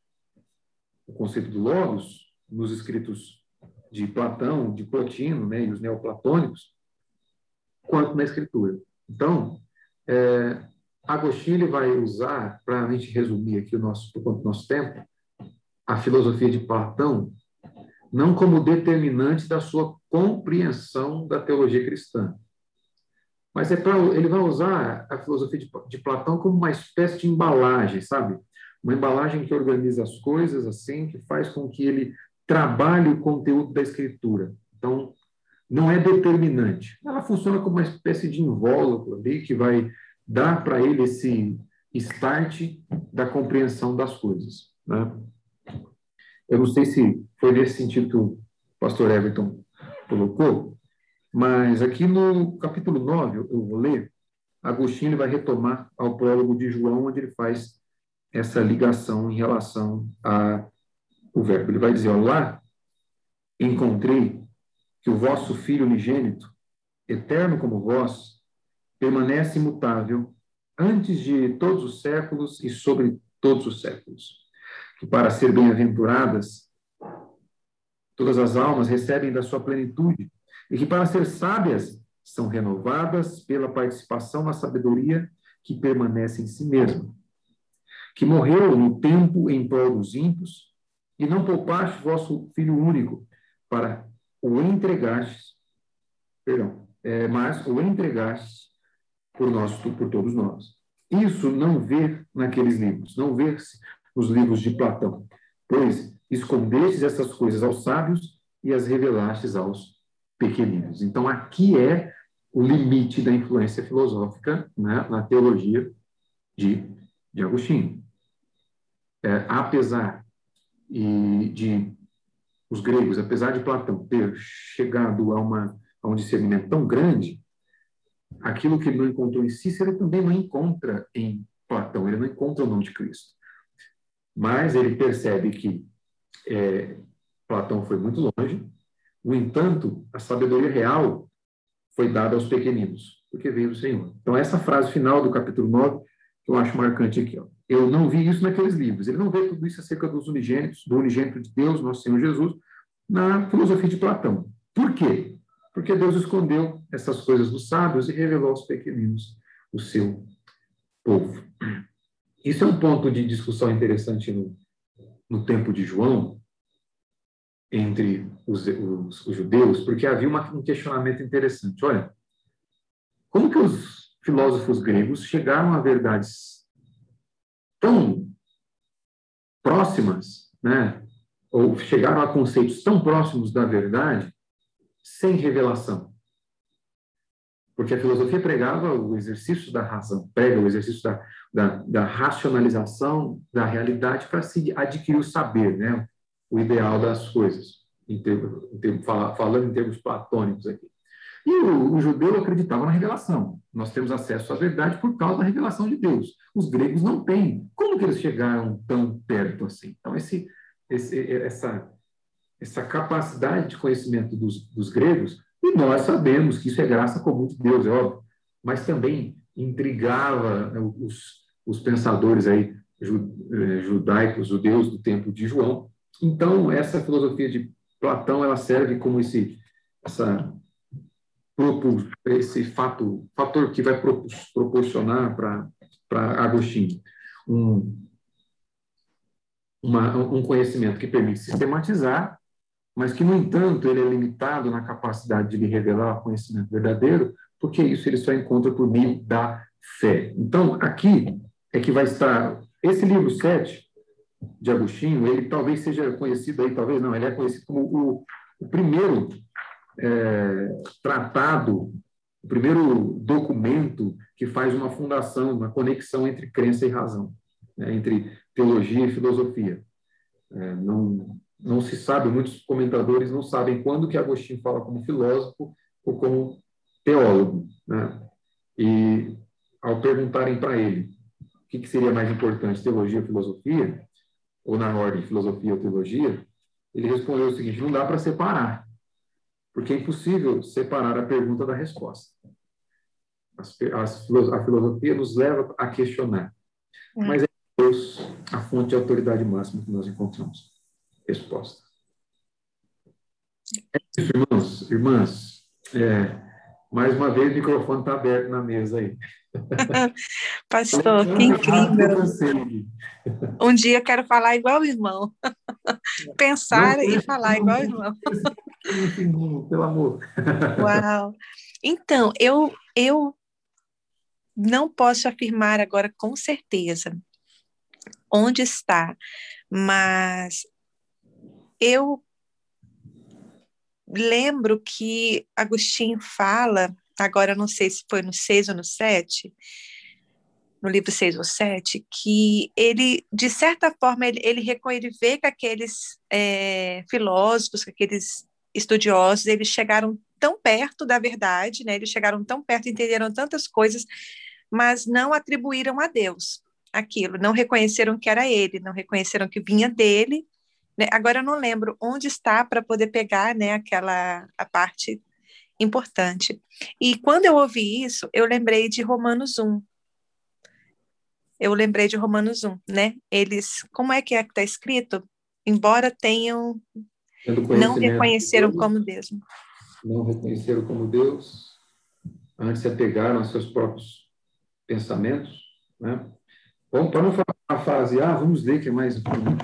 o conceito do Logos, nos escritos de Platão, de Plotino, né, e os neoplatônicos, quanto na escritura. Então, Agostinho ele vai usar, para a gente resumir aqui por conta do nosso tempo, a filosofia de Platão, não como determinante da sua compreensão da teologia cristã, mas ele vai usar a filosofia de Platão como uma espécie de embalagem, sabe? Uma embalagem que organiza as coisas assim, que faz com que ele trabalhe o conteúdo da escritura. Então, não é determinante. Ela funciona como uma espécie de invólucro ali, que vai dar para ele esse start da compreensão das coisas. né? Eu não sei se foi nesse sentido que o pastor Everton colocou, mas aqui no capítulo 9, eu vou ler, Agostinho ele vai retomar ao prólogo de João, onde ele faz essa ligação em relação ao verbo. Ele vai dizer, ó, lá encontrei que o vosso Filho unigênito, eterno como vós, permanece imutável antes de todos os séculos e sobre todos os séculos, que para ser bem-aventuradas, todas as almas recebem da sua plenitude, e que para ser sábias são renovadas pela participação na sabedoria que permanece em si mesma, que morreu no tempo em prol dos ímpios, e não poupaste vosso Filho único, para o entregastes, mas o entregastes por todos nós. Isso não vê naqueles livros, não vê-se nos livros de Platão, pois escondestes essas coisas aos sábios e as revelastes aos pequeninos. Então, aqui é o limite da influência filosófica, né, na teologia de Agostinho. Apesar de os gregos, apesar de Platão ter chegado a um discernimento tão grande, aquilo que ele não encontrou em Cícero, ele também não encontra em Platão, ele não encontra o nome de Cristo. Mas ele percebe que Platão foi muito longe, no entanto, a sabedoria real foi dada aos pequeninos, porque veio do Senhor. Então, essa frase final do capítulo 9, que eu acho marcante aqui. Ó. Eu não vi isso naqueles livros. Ele não vê tudo isso acerca dos unigênitos, do unigênito de Deus, nosso Senhor Jesus, na filosofia de Platão. Por quê? Porque Deus escondeu essas coisas dos sábios e revelou aos pequeninos o seu povo. Isso é um ponto de discussão interessante no tempo de João, entre os judeus, porque havia um questionamento interessante. Olha, como que os filósofos gregos chegaram a verdades tão próximas, né? Ou chegaram a conceitos tão próximos da verdade, sem revelação? Porque a filosofia pregava o exercício da razão, prega o exercício da racionalização da realidade para se adquirir o saber, né? O ideal das coisas, falando em termos platônicos aqui. E o judeu acreditava na revelação. Nós temos acesso à verdade por causa da revelação de Deus. Os gregos não têm. Como que eles chegaram tão perto assim? Então, essa capacidade de conhecimento dos gregos, e nós sabemos que isso é graça comum de Deus, é óbvio, mas também intrigava, né, os pensadores aí, judaicos, judeus do tempo de João. Então, essa filosofia de Platão, ela serve como esse fator que vai proporcionar para Agostinho um conhecimento que permite sistematizar, mas que, no entanto, ele é limitado na capacidade de lhe revelar o conhecimento verdadeiro, porque isso ele só encontra por meio da fé. Então, aqui é que vai estar esse livro 7 de Agostinho, ele talvez seja conhecido aí, talvez não, ele é conhecido como o primeiro tratado, o primeiro documento que faz uma fundação, uma conexão entre crença e razão, né, entre teologia e filosofia. Não se sabe, muitos comentadores não sabem quando que Agostinho fala como filósofo ou como teólogo, né? E ao perguntarem para ele o que seria mais importante, teologia ou filosofia, ou na ordem filosofia ou teologia, ele respondeu o seguinte: não dá para separar, porque é impossível separar a pergunta da resposta. A filosofia nos leva a questionar, mas é Deus a fonte de autoridade máxima que nós encontramos. Resposta. É isso, irmãos, irmãs. Mais uma vez, o microfone está aberto na mesa aí. Pastor, que incrível. Um dia eu quero falar igual o irmão. Pensar e falar igual o irmão. Pelo amor. Uau. Então, eu não posso afirmar agora com certeza onde está, mas eu lembro que Agostinho fala, agora eu não sei se foi no 6 ou no 7, no livro 6 ou 7, que ele, de certa forma, ele vê que aqueles filósofos, que aqueles estudiosos, eles chegaram tão perto da verdade, né? Eles chegaram tão perto, entenderam tantas coisas, mas não atribuíram a Deus aquilo, não reconheceram que era ele, não reconheceram que vinha dele, né? Agora eu não lembro onde está para poder pegar, né, a parte importante. E quando eu ouvi isso, eu lembrei de Romanos 1. Né? Eles, como é que está escrito? Embora tenham, não reconheceram como Deus. Não reconheceram como Deus, antes se apegaram aos seus próprios pensamentos, né? Bom, para não falar a frase, vamos ler que é mais bonito.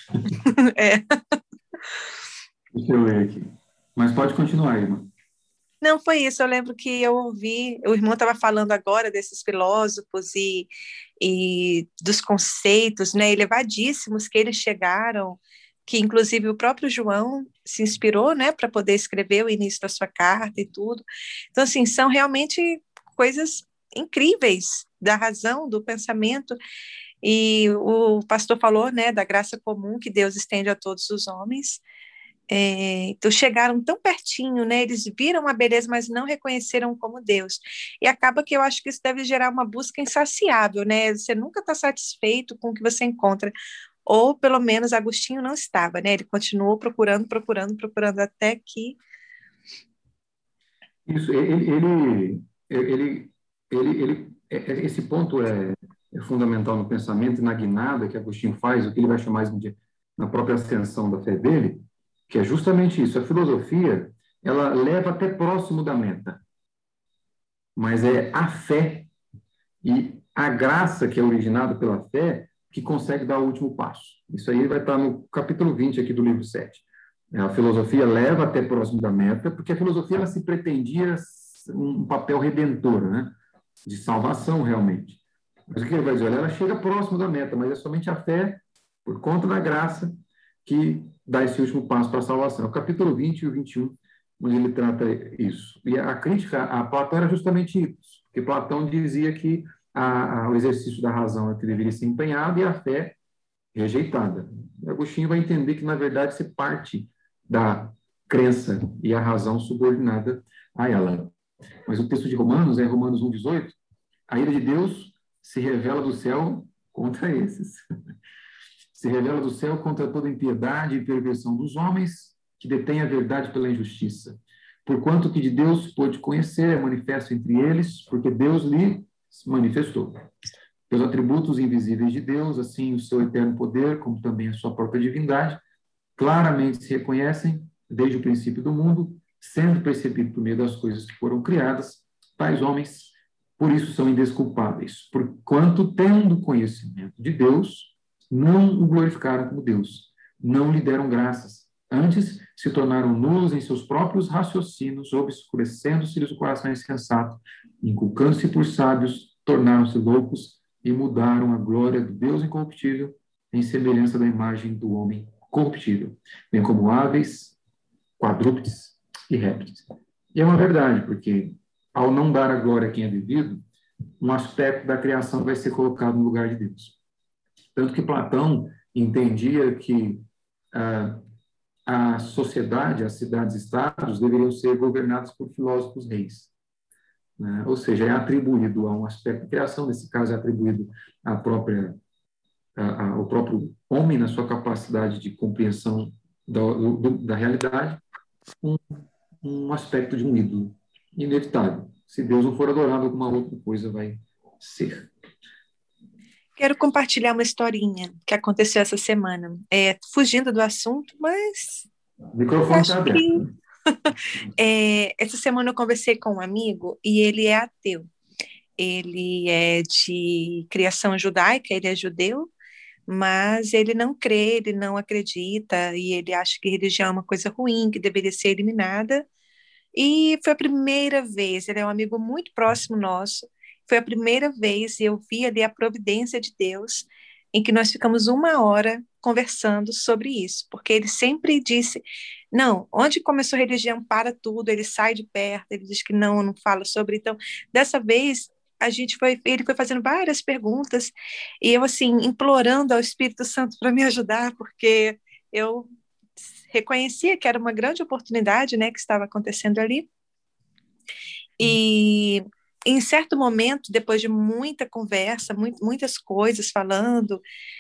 Deixa eu ler aqui. Mas pode continuar, irmã. Não, foi isso. Eu lembro que eu ouvi, o irmão estava falando agora desses filósofos e dos conceitos, né, elevadíssimos que eles chegaram, que inclusive o próprio João se inspirou, né, para poder escrever o início da sua carta e tudo. Então, assim, são realmente coisas incríveis da razão, do pensamento. E o pastor falou, né, da graça comum que Deus estende a todos os homens. Então chegaram tão pertinho, né? Eles viram a beleza, mas não reconheceram como Deus. E acaba que eu acho que isso deve gerar uma busca insaciável, né? Você nunca está satisfeito com o que você encontra. Ou pelo menos Agostinho não estava, né? Ele continuou procurando até que... Isso, esse ponto é fundamental no pensamento e na guinada que Agostinho faz, o que ele vai chamar de na própria ascensão da fé dele, que é justamente isso. A filosofia, ela leva até próximo da meta, mas é a fé e a graça que é originada pela fé que consegue dar o último passo. Isso aí vai estar no capítulo 20 aqui do livro 7. A filosofia leva até próximo da meta, porque a filosofia ela se pretendia um papel redentor, né? De salvação, realmente. Mas o que ele vai dizer? Olha, ela chega próximo da meta, mas é somente a fé, por conta da graça, que dá esse último passo para a salvação. É o capítulo 20 e o 21, onde ele trata isso. E a crítica a Platão era justamente isso, porque Platão dizia que o exercício da razão é que deveria ser empenhado e a fé rejeitada. E Agostinho vai entender que, na verdade, se parte da crença e a razão subordinada a ela. Mas o texto de Romanos é Romanos 1,18. A ira de Deus se revela do céu contra esses. Se revela do céu contra toda impiedade e perversão dos homens que detêm a verdade pela injustiça. Porquanto que de Deus pôde conhecer é manifesto entre eles, porque Deus lhe manifestou. Pelos atributos invisíveis de Deus, assim o seu eterno poder, como também a sua própria divindade, claramente se reconhecem desde o princípio do mundo, sendo percebido por meio das coisas que foram criadas, tais homens, por isso são indesculpáveis, porquanto, tendo conhecimento de Deus, não o glorificaram como Deus, não lhe deram graças, antes se tornaram nulos em seus próprios raciocínios, obscurecendo-se-lhes o coração insensato, inculcando-se por sábios, tornaram-se loucos e mudaram a glória do Deus incorruptível em semelhança da imagem do homem corruptível, bem como aves, quadrúpedes e répteis. E é uma verdade, porque ao não dar a glória a quem é devido, um aspecto da criação vai ser colocado no lugar de Deus. Tanto que Platão entendia que a sociedade, as cidades-estados, deveriam ser governadas por filósofos reis. Né? Ou seja, é atribuído a um aspecto de criação, nesse caso é atribuído ao próprio homem, na sua capacidade de compreensão da realidade, um aspecto de um ídolo inevitável. Se Deus não for adorado, alguma outra coisa vai ser. Quero compartilhar uma historinha que aconteceu essa semana. Fugindo do assunto, mas... O microfone está aberto. Essa semana eu conversei com um amigo e ele é ateu. Ele é de criação judaica, ele é judeu, mas ele não crê, ele não acredita e ele acha que religião é uma coisa ruim, que deveria ser eliminada. E foi a primeira vez, ele é um amigo muito próximo nosso, foi a primeira vez e eu vi ali a providência de Deus em que nós ficamos 1 hora conversando sobre isso, porque ele sempre disse, não, onde começou a religião para tudo, ele sai de perto, ele diz que não fala sobre, então, dessa vez, ele foi fazendo várias perguntas, e eu, assim, implorando ao Espírito Santo para me ajudar, porque eu reconhecia que era uma grande oportunidade, né, que estava acontecendo ali. E em certo momento, depois de muita conversa, muitas coisas falando,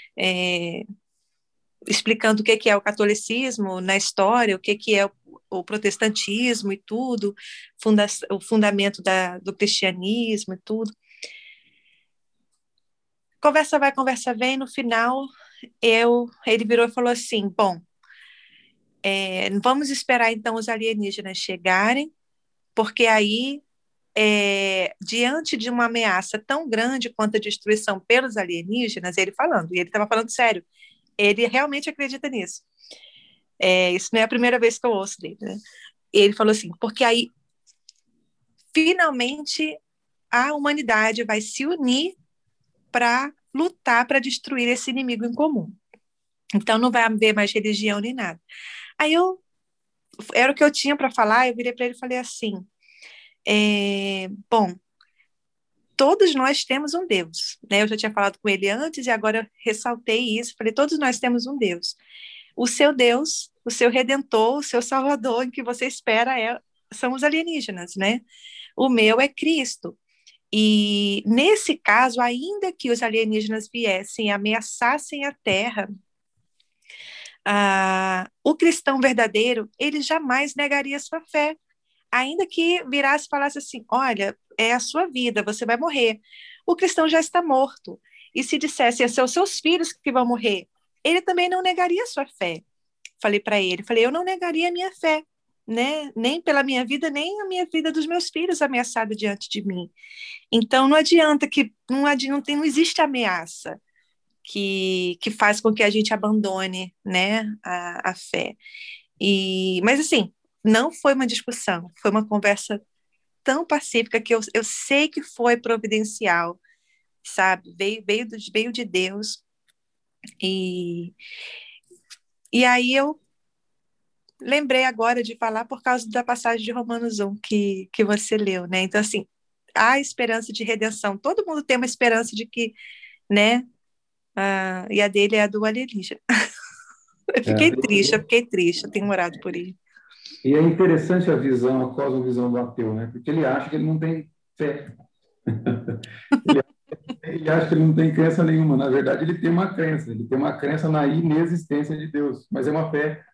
explicando o que é o catolicismo na história, o que é o protestantismo e tudo, o fundamento do cristianismo e tudo. Conversa vai, conversa vem, no final ele virou e falou assim, bom, vamos esperar então os alienígenas chegarem, porque aí, diante de uma ameaça tão grande quanto a destruição pelos alienígenas, ele falando, e ele estava falando sério, ele realmente acredita nisso. Isso não é a primeira vez que eu ouço dele, né? Ele falou assim, porque aí, finalmente, a humanidade vai se unir para lutar para destruir esse inimigo em comum. Então, não vai haver mais religião nem nada. Aí, era o que eu tinha para falar, eu virei para ele e falei assim, bom, todos nós temos um Deus, né? Eu já tinha falado com ele antes e agora eu ressaltei isso, falei, todos nós temos um Deus. O seu Deus, o seu Redentor, o seu Salvador, em que você espera são os alienígenas, né? O meu é Cristo. E, nesse caso, ainda que os alienígenas viessem e ameaçassem a Terra, o cristão verdadeiro, ele jamais negaria sua fé. Ainda que virasse e falasse assim, olha, é a sua vida, você vai morrer. O cristão já está morto. E se dissesse, são os seus filhos que vão morrer, ele também não negaria sua fé. Falei para ele, eu não negaria a minha fé, né? Nem pela minha vida, nem a minha vida dos meus filhos ameaçada diante de mim. Então, não adianta não existe ameaça que faz com que a gente abandone, né, a fé. Mas, assim, não foi uma discussão, foi uma conversa tão pacífica que eu sei que foi providencial, sabe? Veio de Deus. E aí eu lembrei agora de falar por causa da passagem de Romanos 1 que você leu, né? Então, assim, há esperança de redenção. Todo mundo tem uma esperança de que, né? E a dele é a do alienígena. Eu fiquei triste, eu tenho orado por ele. E é interessante a cosmovisão do ateu, né? Porque ele acha que ele não tem fé. Ele acha que ele não tem crença nenhuma. Na verdade, ele tem uma crença na inexistência de Deus, mas é uma fé.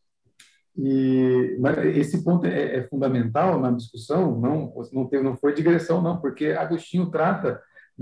Mas esse ponto é fundamental na discussão, não foi digressão, não, porque Agostinho trata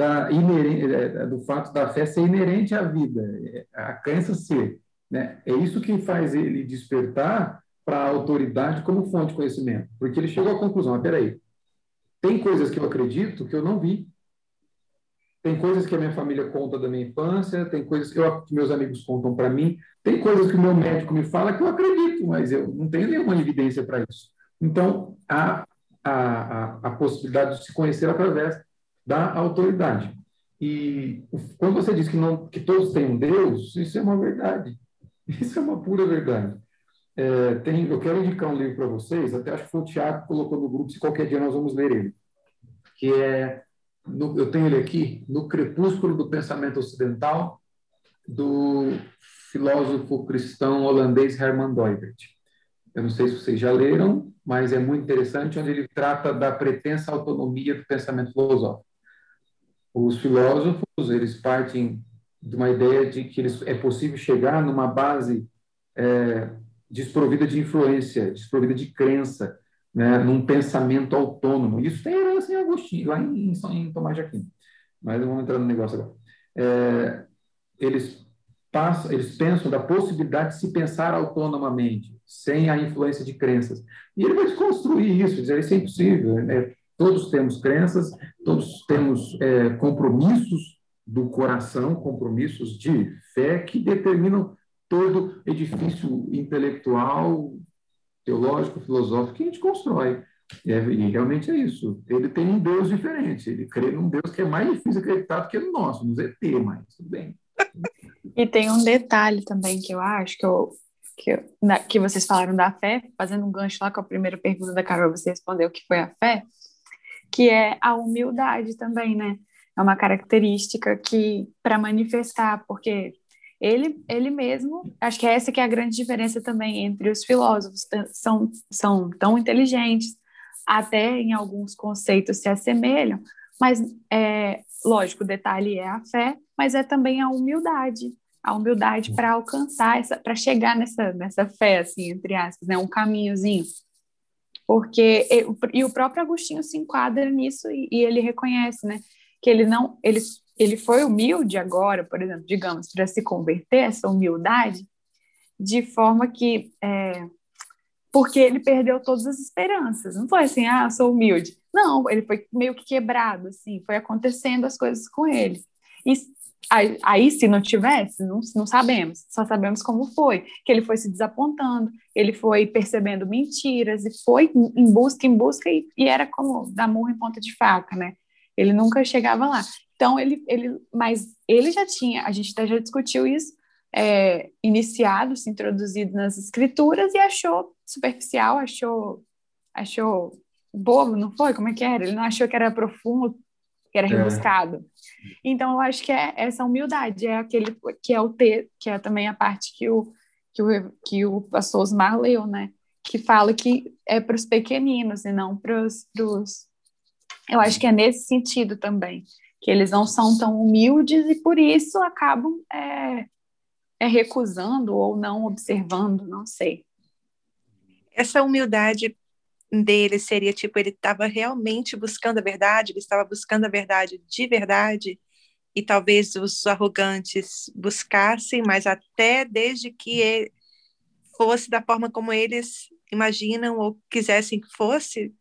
do fato da fé ser inerente à vida, a crença ser, né? É isso que faz ele despertar para a autoridade como fonte de conhecimento, porque ele chegou à conclusão, peraí, tem coisas que eu acredito que eu não vi, tem coisas que a minha família conta da minha infância, tem coisas que meus amigos contam para mim, tem coisas que o meu médico me fala que eu acredito, mas eu não tenho nenhuma evidência para isso. Então, há a possibilidade de se conhecer através da autoridade. E quando você diz que todos têm um Deus, isso é uma verdade. Isso é uma pura verdade. Eu quero indicar um livro para vocês, até acho que foi o Tiago que colocou no grupo, se qualquer dia nós vamos ler ele, que eu tenho ele aqui, No Crepúsculo do Pensamento Ocidental, do filósofo cristão holandês Herman Doivert. Eu não sei se vocês já leram, mas é muito interessante, onde ele trata da pretensa autonomia do pensamento filosófico. Os filósofos, eles partem de uma ideia de que é possível chegar numa base desprovida de influência, desprovida de crença, né, num pensamento autônomo. Isso tem herança em Agostinho, lá em Tomás de Aquino. Mas não vamos entrar no negócio agora. Eles pensam da possibilidade de se pensar autonomamente, sem a influência de crenças. E ele vai desconstruir isso, dizer isso é impossível. Né? Todos temos crenças, todos temos compromissos do coração, compromissos de fé que determinam todo edifício intelectual, teológico, filosófico que a gente constrói. E realmente é isso. Ele tem um Deus diferente. Ele crê num Deus que é mais difícil acreditar do que no nosso, nos ET, mas tudo bem. E tem um detalhe também que eu acho que vocês falaram da fé, fazendo um gancho lá com a primeira pergunta da Carol, você respondeu que foi a fé, que é a humildade também, né? É uma característica que, para manifestar, porque ele mesmo, acho que essa que é a grande diferença também entre os filósofos, são tão inteligentes, até em alguns conceitos se assemelham, mas, lógico, o detalhe é a fé, mas é também a humildade para alcançar, para chegar nessa fé, assim, entre aspas, né? Um caminhozinho. Porque, e o próprio Agostinho se enquadra nisso e ele reconhece, né? Que ele não, ele foi humilde agora, por exemplo, digamos, para se converter, essa humildade, de forma que, porque ele perdeu todas as esperanças. Não foi assim, ah, sou humilde. Não, ele foi meio que quebrado, assim, foi acontecendo as coisas com ele. E aí se não tivesse, não sabemos, só sabemos como foi, que ele foi se desapontando, ele foi percebendo mentiras, e foi em busca, e era como dar murro em ponta de faca, né? Ele nunca chegava lá. Então, mas ele já tinha, a gente até já discutiu isso, iniciado, se introduzido nas escrituras e achou superficial, achou bobo, não foi? Como é que era? Ele não achou que era profundo, que era rebuscado. Então, eu acho que essa humildade, é aquele que é o ter, que é também a parte que o pastor Osmar leu, né? Que fala que é para os pequeninos e não para os. Eu acho que é nesse sentido também, que eles não são tão humildes e por isso acabam recusando ou não observando, não sei. Essa humildade dele seria tipo, ele estava realmente buscando a verdade, ele estava buscando a verdade de verdade, e talvez os arrogantes buscassem, mas até desde que fosse da forma como eles imaginam ou quisessem que fosse.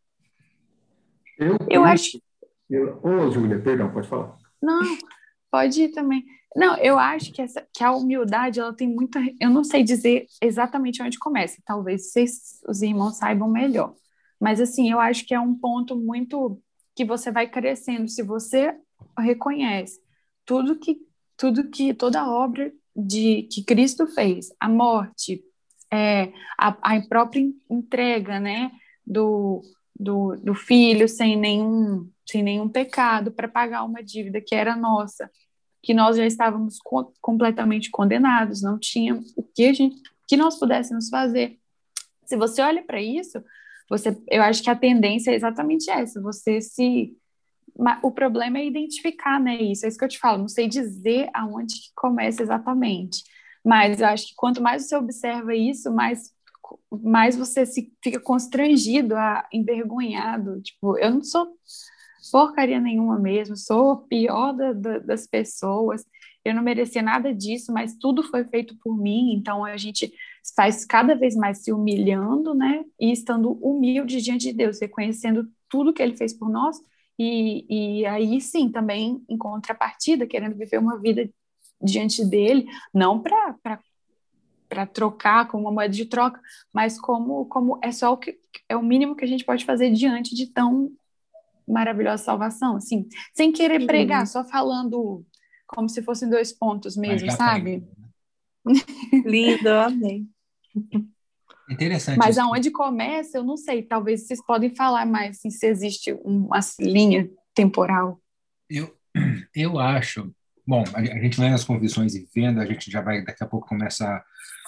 Eu acho... Júlia, perdão, pode falar. Não, pode ir também. Não, eu acho que a humildade, ela tem muita... Eu não sei dizer exatamente onde começa, talvez os irmãos saibam melhor. Mas, assim, eu acho que é um ponto muito que você vai crescendo, se você reconhece toda a obra que Cristo fez, a morte, a própria entrega, né, do filho sem nenhum pecado para pagar uma dívida que era nossa, que nós já estávamos completamente condenados, não tinha o que nós pudéssemos fazer. Se você olha para isso, eu acho que a tendência é exatamente essa, o problema é identificar, né, isso, é isso que eu te falo, não sei dizer aonde que começa exatamente, mas eu acho que quanto mais você observa isso, mais você fica constrangido, envergonhado, tipo, eu não sou porcaria nenhuma mesmo, sou a pior das pessoas, eu não merecia nada disso, mas tudo foi feito por mim, então a gente faz cada vez mais se humilhando, né, e estando humilde diante de Deus, reconhecendo tudo que Ele fez por nós, e aí sim, também em contrapartida, querendo viver uma vida diante dEle, não para trocar como uma moeda de troca, mas como é só é o mínimo que a gente pode fazer diante de tão maravilhosa salvação, assim, sem querer pregar, só falando como se fossem dois pontos mesmo, sabe? Lindo, amei. Interessante. Mas aonde começa, eu não sei, talvez vocês podem falar mais, assim, se existe uma linha temporal. Eu acho, bom, a gente lendo as confissões e vendo, a gente já vai daqui a pouco começar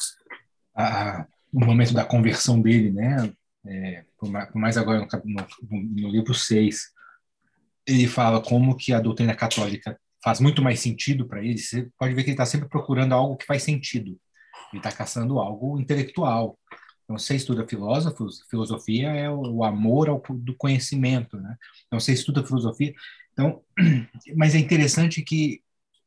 o momento da conversão dele, né? Por mais agora no livro 6, ele fala como que a doutrina católica faz muito mais sentido para ele. Você pode ver que ele está sempre procurando algo que faz sentido. Ele está caçando algo intelectual. Então, você estuda filosofia é o amor do conhecimento, né? Então, você estuda filosofia. Então, mas é interessante que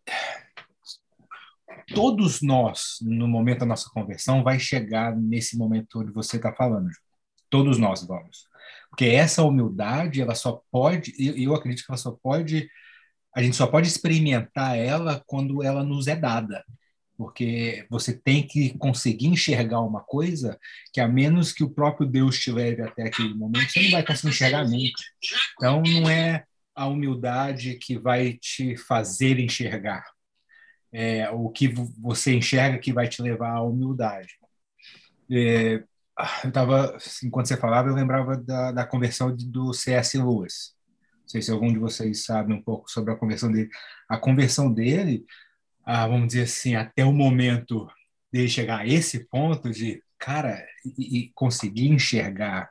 todos nós, no momento da nossa conversão, vai chegar nesse momento onde você está falando. Todos nós vamos. Porque essa humildade, ela só pode, eu acredito que ela só pode, a gente só pode experimentar ela quando ela nos é dada. Porque você tem que conseguir enxergar uma coisa que, a menos que o próprio Deus te leve até aquele momento, você não vai conseguir enxergar nunca. Então, não é a humildade que vai te fazer enxergar. É o que você enxerga que vai te levar à humildade. Eu estava, enquanto você falava, eu lembrava da conversão do C.S. Lewis. sei se algum de vocês sabe um pouco sobre a conversão dele. A conversão dele, vamos dizer assim, até o momento dele chegar a esse ponto de, cara, e conseguir enxergar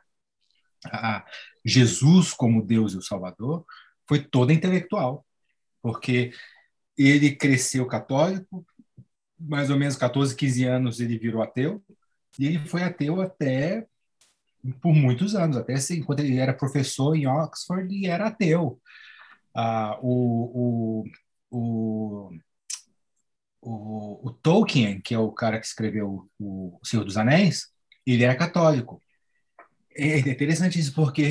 Jesus como Deus e o Salvador, foi toda intelectual, porque ele cresceu católico, mais ou menos 14, 15 anos ele virou ateu, e ele foi ateu até por muitos anos, até assim, quando ele era professor em Oxford e era ateu. Ah, o Tolkien, que é o cara que escreveu o Senhor dos Anéis, ele era católico. É interessante isso, porque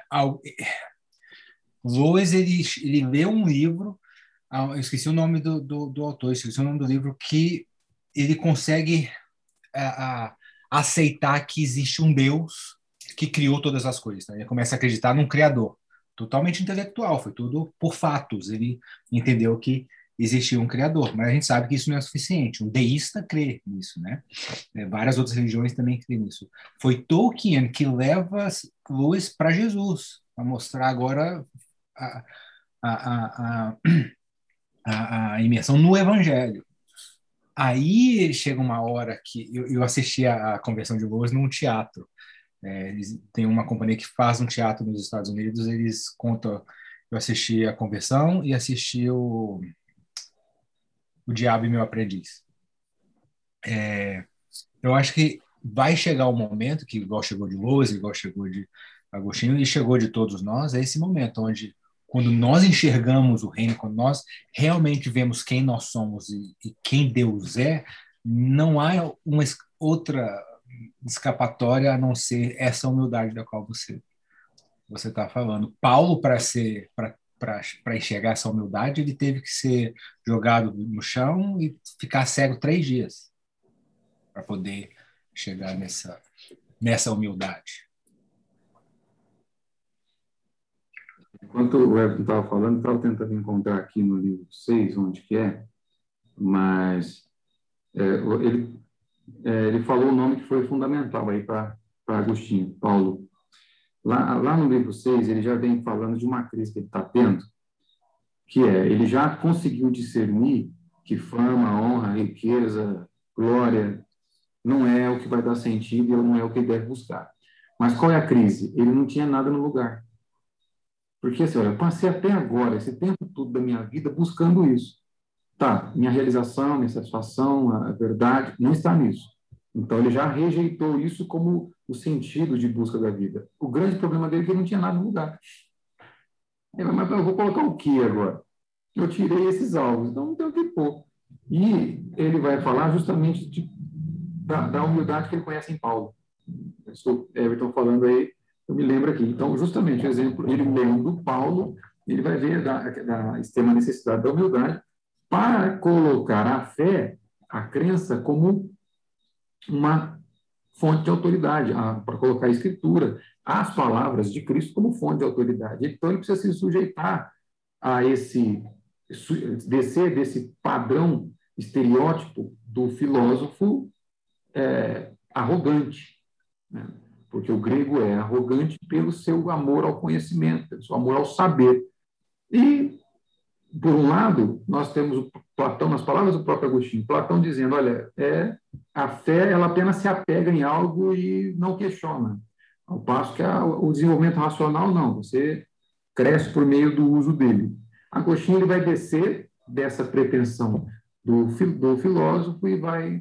Lewis, ele leu um livro, eu esqueci o nome do autor, esqueci o nome do livro, que ele consegue aceitar que existe um Deus que criou todas as coisas. Né? Ele começa a acreditar num criador. Totalmente intelectual, foi tudo por fatos. Ele entendeu que existia um criador, mas a gente sabe que isso não é suficiente. Um deísta crê nisso, né? Várias outras religiões também crêem nisso. Foi Tolkien que leva Lewis para Jesus, para mostrar agora a, a, a imersão no Evangelho. Aí chega uma hora que eu assisti a conversão de Lewis num teatro. Tem uma companhia que faz um teatro nos Estados Unidos, eles contam. Eu assisti a conversão e assisti o Diabo e Meu Aprendiz. Eu acho que vai chegar o momento que, igual chegou de Lewis, igual chegou de Agostinho e chegou de todos nós, é esse momento onde, quando nós enxergamos o reino, quando nós realmente vemos quem nós somos e quem Deus é, não há uma outra escapatória a não ser essa humildade da qual você está falando. Paulo, para enxergar essa humildade, ele teve que ser jogado no chão e ficar cego 3 dias para poder chegar nessa humildade. Enquanto o Everton estava falando, estava tentando encontrar aqui no livro 6, onde que é, mas ele falou o nome que foi fundamental aí para Agostinho, Paulo. Lá no livro 6, ele já vem falando de uma crise que ele está tendo, que ele já conseguiu discernir que fama, honra, riqueza, glória não é o que vai dar sentido e não é o que ele deve buscar. Mas qual é a crise? Ele não tinha nada no lugar. Porque, assim, olha, eu passei até agora, esse tempo todo da minha vida, buscando isso. Tá, minha realização, minha satisfação, a verdade, não está nisso. Então, ele já rejeitou isso como o sentido de busca da vida. O grande problema dele é que ele não tinha nada no lugar. Mas eu vou colocar o que agora? Eu tirei esses alvos, então não tem o que pôr. E ele vai falar justamente da humildade que ele conhece em Paulo. O Everton falando aí, eu me lembro aqui. Então, justamente, o exemplo, ele lendo Paulo, ele vai ver tem uma necessidade da humildade para colocar a fé, a crença, como uma fonte de autoridade, para colocar a Escritura, as palavras de Cristo como fonte de autoridade. Então, ele precisa se sujeitar a descer desse padrão estereótipo do filósofo arrogante, né? Porque o grego é arrogante pelo seu amor ao conhecimento, pelo seu amor ao saber. E, por um lado, nós temos o Platão, nas palavras do próprio Agostinho, Platão dizendo, olha, a fé ela apenas se apega em algo e não questiona. Ao passo que o desenvolvimento racional, não, você cresce por meio do uso dele. Agostinho ele vai descer dessa pretensão do filósofo e vai,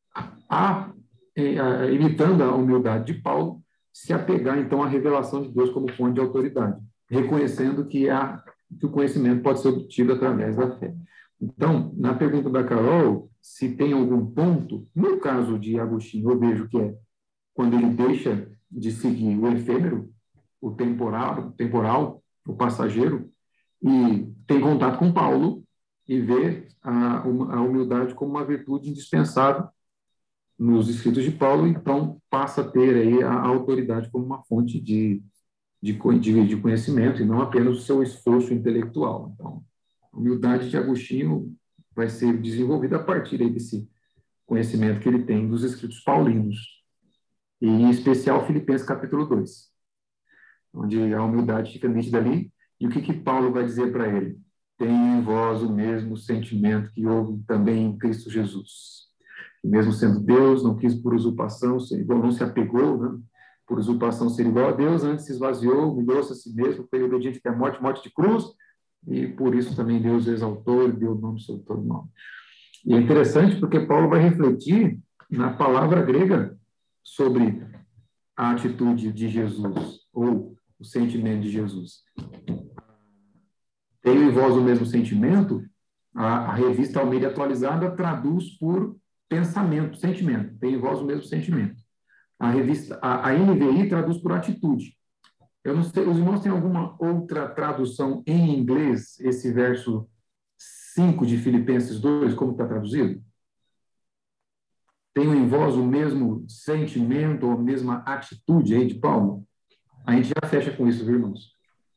imitando a humildade de Paulo, se apegar, então, à revelação de Deus como fonte de autoridade, reconhecendo que o conhecimento pode ser obtido através da fé. Então, na pergunta da Carol, se tem algum ponto, no caso de Agostinho, eu vejo que quando ele deixa de seguir o efêmero, o temporal, o passageiro, e tem contato com Paulo e vê a humildade como uma virtude indispensável nos escritos de Paulo, então passa a ter aí a autoridade como uma fonte de conhecimento e não apenas o seu esforço intelectual. Então, a humildade de Agostinho vai ser desenvolvida a partir aí desse conhecimento que ele tem dos escritos paulinos, e em especial Filipenses capítulo 2, onde a humildade fica nítida ali, E o que Paulo vai dizer para ele? Tenha em vós o mesmo sentimento que houve também em Cristo Jesus. E mesmo sendo Deus, não quis por usurpação ser igual, não se apegou, né? Por usurpação ser igual a Deus, antes se esvaziou, humilhou-se a si mesmo, foi obediente até a morte, morte de cruz, e por isso também Deus o exaltou e deu o nome sobre todo nome. E é interessante porque Paulo vai refletir na palavra grega sobre a atitude de Jesus, ou o sentimento de Jesus. Tenho em vós o mesmo sentimento, a revista Almeida atualizada traduz por pensamento, sentimento. Tenho em vós o mesmo sentimento. A NVI traduz por atitude. Eu não sei, os irmãos têm alguma outra tradução em inglês, esse verso 5 de Filipenses 2, como está traduzido? Tenho em vós o mesmo sentimento ou a mesma atitude aí de Paulo? A gente já fecha com isso, viu, irmãos?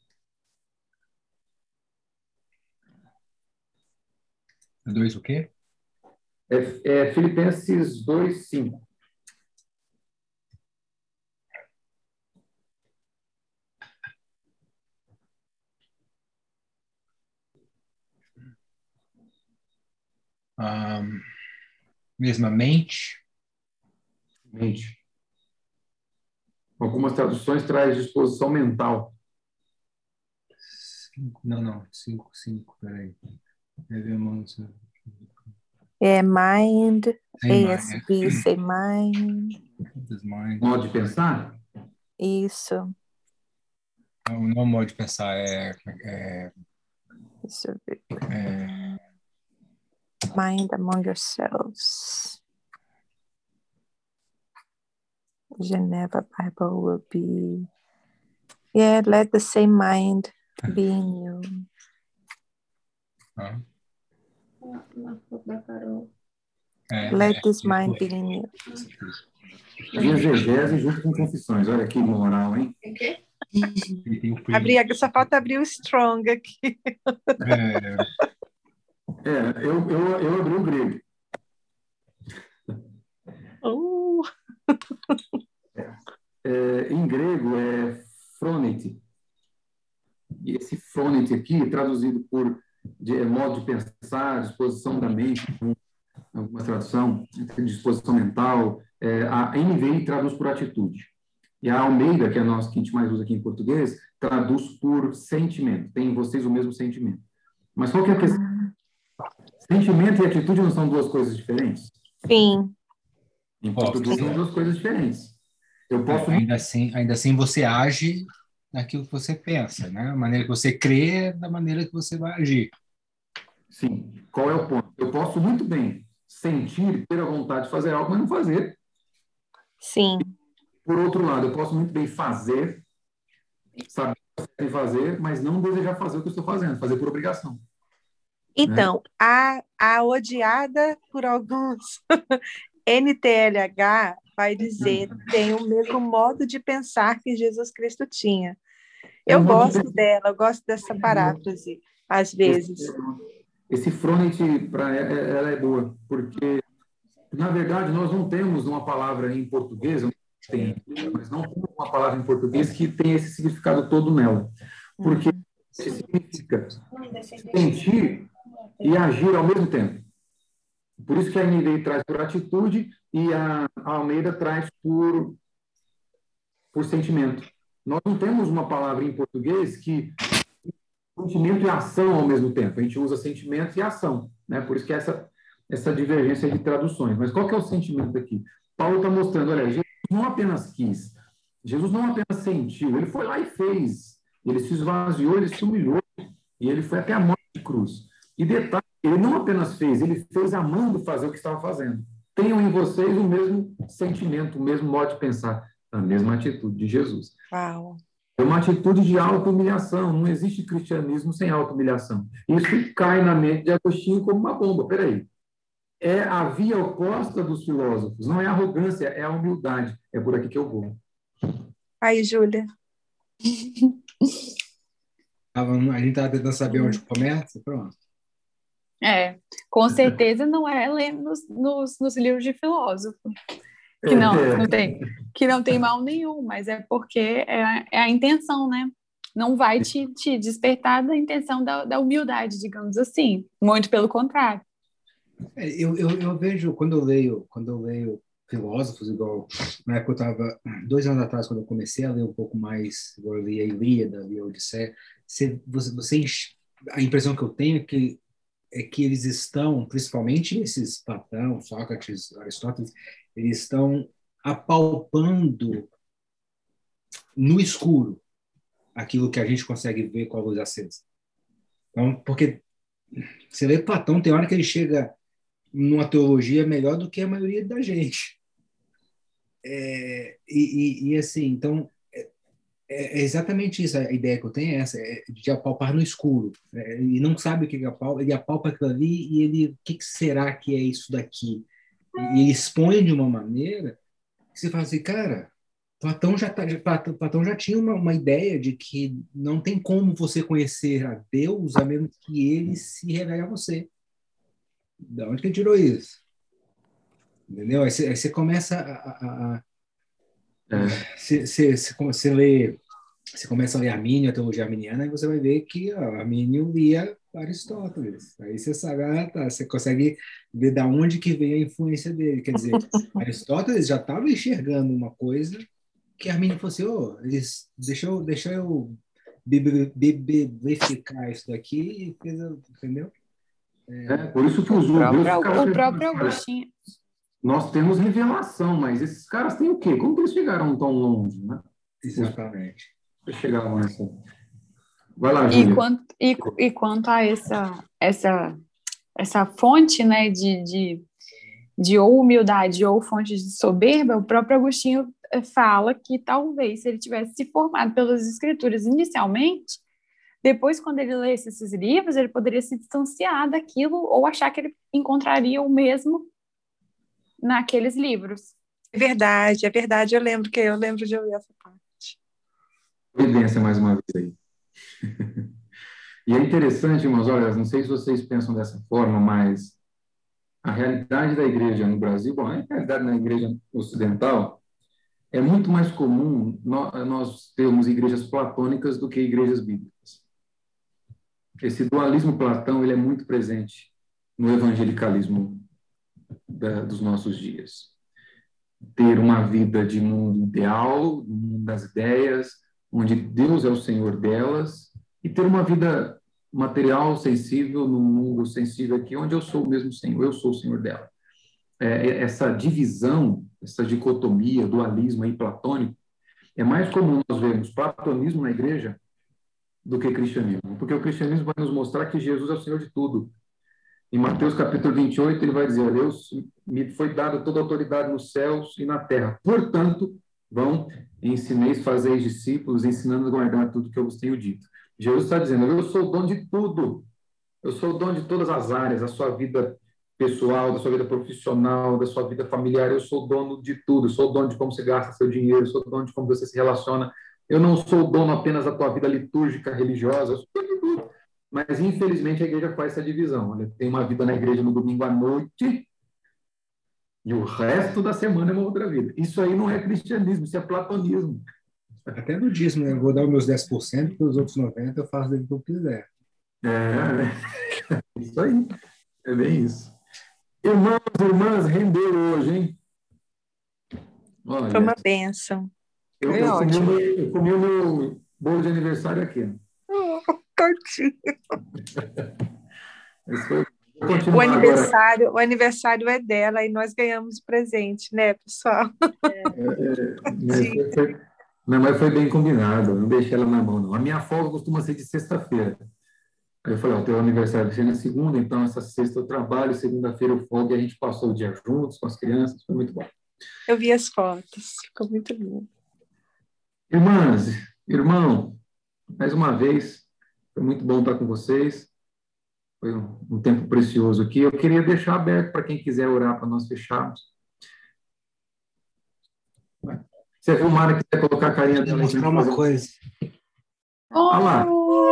Dois o quê? Filipenses 2, 5. Mesma mente. Mente. Algumas traduções trazem disposição mental. Cinco, peraí. Mind, Sem ASV, say mind. Modo de pensar? Isso. Não modo de pensar, Isso. Mind among yourselves. Geneva Bible will be. Yeah, let the same mind be in you. Let this mind be in you. Exegese junto com confissões. Olha que moral, hein? O quê? Só falta abrir o Strong aqui. Eu abri o grego. Em grego é phronete. E esse phronete aqui, traduzido por modo de pensar, disposição da mente, alguma tradução, disposição mental, a NVI traduz por atitude. E a Almeida, que é a nossa que a gente mais usa aqui em português, traduz por sentimento. Tem em vocês o mesmo sentimento. Mas qual que é a questão? Sentimento e atitude não são duas coisas diferentes? Sim. Em português são duas coisas diferentes. Eu posso... ainda assim você age naquilo que você pensa, né? A maneira que você crê é da maneira que você vai agir. Sim. Qual é o ponto? Eu posso muito bem sentir, ter a vontade de fazer algo, mas não fazer. Sim. Por outro lado, eu posso muito bem fazer, saber o que fazer, mas não desejar fazer o que eu estou fazendo, fazer por obrigação. Então, né? a odiada por alguns NTLH vai dizer tem o mesmo modo de pensar que Jesus Cristo tinha. Eu gosto dela, eu gosto dessa paráfrase, às vezes. Esse phronete, para ela é boa, porque, na verdade, nós não temos uma palavra em português, mas não temos uma palavra em português que tem esse significado todo nela. Porque significa sentir e agir ao mesmo tempo. Por isso que a NVI traz por atitude e a Almeida traz por sentimento. Nós não temos uma palavra em português que sentimento e ação ao mesmo tempo. A gente usa sentimento e ação, né? Por isso que essa divergência de traduções. Mas qual que é o sentimento aqui? Paulo está mostrando, olha, Jesus não apenas quis, Jesus não apenas sentiu, ele foi lá e fez. Ele se esvaziou, ele se humilhou e ele foi até a morte de cruz. E detalhe, ele não apenas fez, ele fez amando fazer o que estava fazendo. Tenham em vocês o mesmo sentimento, o mesmo modo de pensar, a mesma atitude de Jesus. Uau. É uma atitude de auto-humilhação. Não existe cristianismo sem auto-humilhação. Isso cai na mente de Agostinho como uma bomba. Peraí. É a via oposta dos filósofos. Não é a arrogância, é a humildade. É por aqui que eu vou. Aí, Júlia. A gente estava tentando saber onde começa. Pronto. Com certeza não é lendo nos livros de filósofo. Que não tem mal nenhum, mas é porque é a intenção, né? não vai te despertar da intenção da humildade, digamos assim. Muito pelo contrário. Eu vejo, quando eu leio filósofos, igual na época eu estava, 2 anos atrás, quando eu comecei a ler um pouco mais, igual eu li a Ilíada, li a Odisseia, a impressão que eu tenho é que eles estão, principalmente esses Platão, Sócrates, Aristóteles, eles estão apalpando no escuro aquilo que a gente consegue ver com a luz acesa. Então, porque você lê Platão, tem hora que ele chega numa teologia melhor do que a maioria da gente. E assim, então, é exatamente isso. A ideia que eu tenho é essa, de apalpar no escuro. E não sabe o que apalpa, ele apalpa aquilo ali e ele, o que será que é isso daqui? E ele expõe de uma maneira que você fala assim, cara, Platão já tinha uma ideia de que não tem como você conhecer a Deus a menos que ele se revele a você. Da onde que ele tirou isso? Entendeu? Aí você começa você começa a ler Armínio, a teologia arminiana, e você vai ver que Armínio lia Aristóteles. Aí você sabe, você consegue ver da onde que veio a influência dele. Quer dizer, Aristóteles já estava enxergando uma coisa que Armínio falou assim, deixa eu biblificar isso daqui, entendeu? Por isso que os judeus o próprio Agostinho. Nós temos revelação, mas esses caras têm o quê? Como que eles chegaram tão longe, né? Exatamente. Eles chegaram nessa... Vai lá, Júlia. E quanto a essa fonte, né, de ou humildade ou fonte de soberba, o próprio Agostinho fala que talvez se ele tivesse se formado pelas escrituras inicialmente, depois, quando ele lesse esses livros, ele poderia se distanciar daquilo ou achar que ele encontraria o mesmo naqueles livros. É verdade. Eu lembro de ouvir essa parte. Evidência mais uma vez aí. E é interessante, irmãos, olha, não sei se vocês pensam dessa forma, mas a realidade da igreja no Brasil, a realidade na igreja ocidental, é muito mais comum nós termos igrejas platônicas do que igrejas bíblicas. Esse dualismo Platão, ele é muito presente no evangelicalismo dos nossos dias. Ter uma vida de mundo ideal, no mundo das ideias, onde Deus é o Senhor delas, e ter uma vida material, sensível, no mundo sensível aqui, onde eu sou o mesmo Senhor, eu sou o Senhor dela. Essa divisão, essa dicotomia, dualismo aí platônico, é mais comum nós vermos platonismo na igreja do que cristianismo, porque o cristianismo vai nos mostrar que Jesus é o Senhor de tudo. Em Mateus capítulo 28, ele vai dizer, me foi dada toda a autoridade nos céus e na terra. Portanto, vão, ensineis, fazeis discípulos, ensinando a guardar tudo que eu vos tenho dito. Jesus está dizendo, eu sou o dono de tudo. Eu sou o dono de todas as áreas, da sua vida pessoal, da sua vida profissional, da sua vida familiar. Eu sou o dono de tudo. Eu sou o dono de como você gasta seu dinheiro. Eu sou o dono de como você se relaciona. Eu não sou o dono apenas da tua vida litúrgica, religiosa. Eu sou de tudo. Mas, infelizmente, a igreja faz essa divisão. Olha, tem uma vida na igreja no domingo à noite e o resto da semana é uma outra vida. Isso aí não é cristianismo, isso é platonismo. Até no dízimo, né? Eu vou dar os meus 10%, porque os outros 90% eu faço do que eu quiser. Isso aí. É bem isso. Irmãos e irmãs, renderam hoje, hein? Olha, foi uma bênção. Eu comi o meu bolo de aniversário aqui. Tadinho. O aniversário é dela e nós ganhamos presente, né, pessoal? Mas foi bem combinado, eu não deixei ela na mão, não. A minha folga costuma ser de sexta-feira. Aí eu falei, o teu aniversário vai ser na segunda, então essa sexta eu trabalho, segunda-feira eu folgo, e a gente passou o dia juntos com as crianças, foi muito bom. Eu vi as fotos, ficou muito bom. Irmãs, irmão, mais uma vez, foi muito bom estar com vocês. Foi um tempo precioso aqui. Eu queria deixar aberto para quem quiser orar para nós fecharmos. Se a Vilmara quiser colocar a carinha dela... mostrar uma coisa. Olha lá.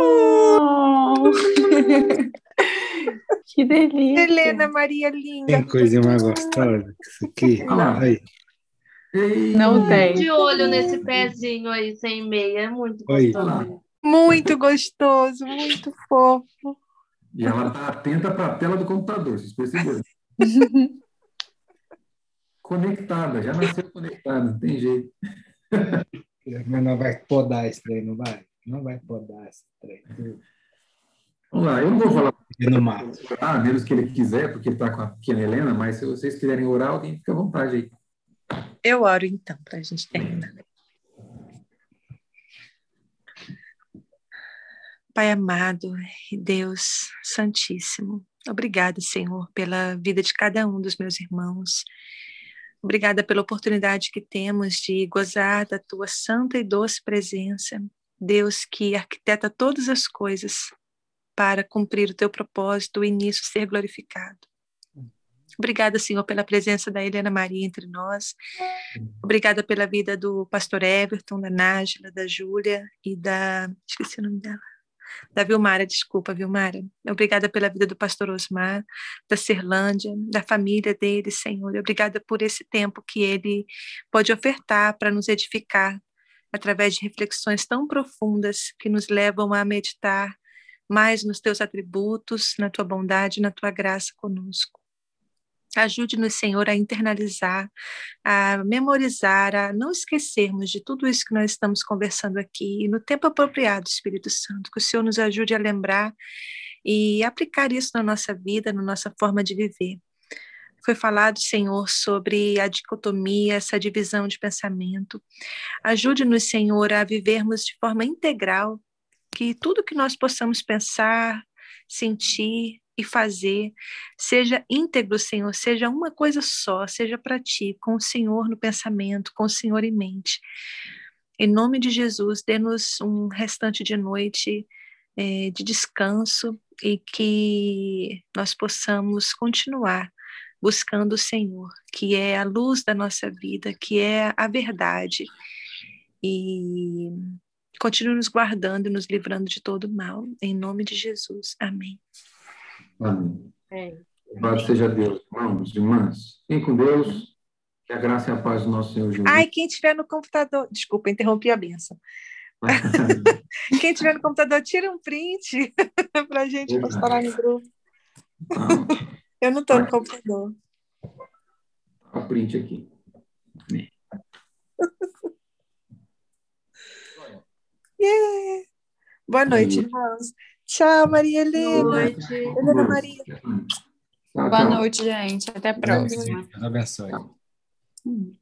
Que delícia. Helena Maria linda. Tem coisinha mais gostosa que isso aqui. Olha lá. Aí. Não tem. De olho nesse pezinho aí, sem meia, é muito Oi. gostoso. Muito gostoso, muito fofo. E ela está atenta para a tela do computador, vocês perceberam? Conectada, já nasceu conectada, não tem jeito. Mas não vai podar esse trem, não vai? Não vai podar esse trem. Vamos lá, eu não vou falar No mato. a menos que ele quiser, porque ele está com a pequena Helena, mas se vocês quiserem orar, alguém fica à vontade aí. Eu oro então, para a gente terminar. Pai amado e Deus Santíssimo, obrigada, Senhor, pela vida de cada um dos meus irmãos. Obrigada pela oportunidade que temos de gozar da Tua santa e doce presença, Deus que arquiteta todas as coisas para cumprir o Teu propósito e nisso ser glorificado. Obrigada, Senhor, pela presença da Helena Maria entre nós. Obrigada pela vida do pastor Everton, da Nájila, da Júlia e da... esqueci o nome dela. Da Vilmara, desculpa, Vilmara. Obrigada pela vida do pastor Osmar, da Serlândia, da família dele, Senhor. Obrigada por esse tempo que ele pode ofertar para nos edificar através de reflexões tão profundas que nos levam a meditar mais nos teus atributos, na tua bondade, na tua graça conosco. Ajude-nos, Senhor, a internalizar, a memorizar, a não esquecermos de tudo isso que nós estamos conversando aqui. E no tempo apropriado, Espírito Santo, que o Senhor nos ajude a lembrar e aplicar isso na nossa vida, na nossa forma de viver. Foi falado, Senhor, sobre a dicotomia, essa divisão de pensamento. Ajude-nos, Senhor, a vivermos de forma integral, que tudo que nós possamos pensar, sentir e fazer seja íntegro, Senhor, seja uma coisa só, seja para Ti, com o Senhor no pensamento, com o Senhor em mente. Em nome de Jesus, dê-nos um restante de noite de descanso e que nós possamos continuar buscando o Senhor, que é a luz da nossa vida, que é a verdade, e continue nos guardando e nos livrando de todo mal. Em nome de Jesus. Amém. Amém. É. Louvado seja Deus, irmãos, irmãs. Fiquem com Deus, que a graça e a paz do nosso Senhor Jesus. Ai, quem estiver no computador... Desculpa, interrompi a bênção. Quem estiver no computador, tira um print para a gente postar lá no grupo. Eu não estou no computador. Olha o print aqui. Yeah. Boa noite, irmãos. Tchau, Maria Helena. Boa noite. Helena Maria. Tchau, Boa tchau. noite, gente. Até a próxima. Deus abençoe.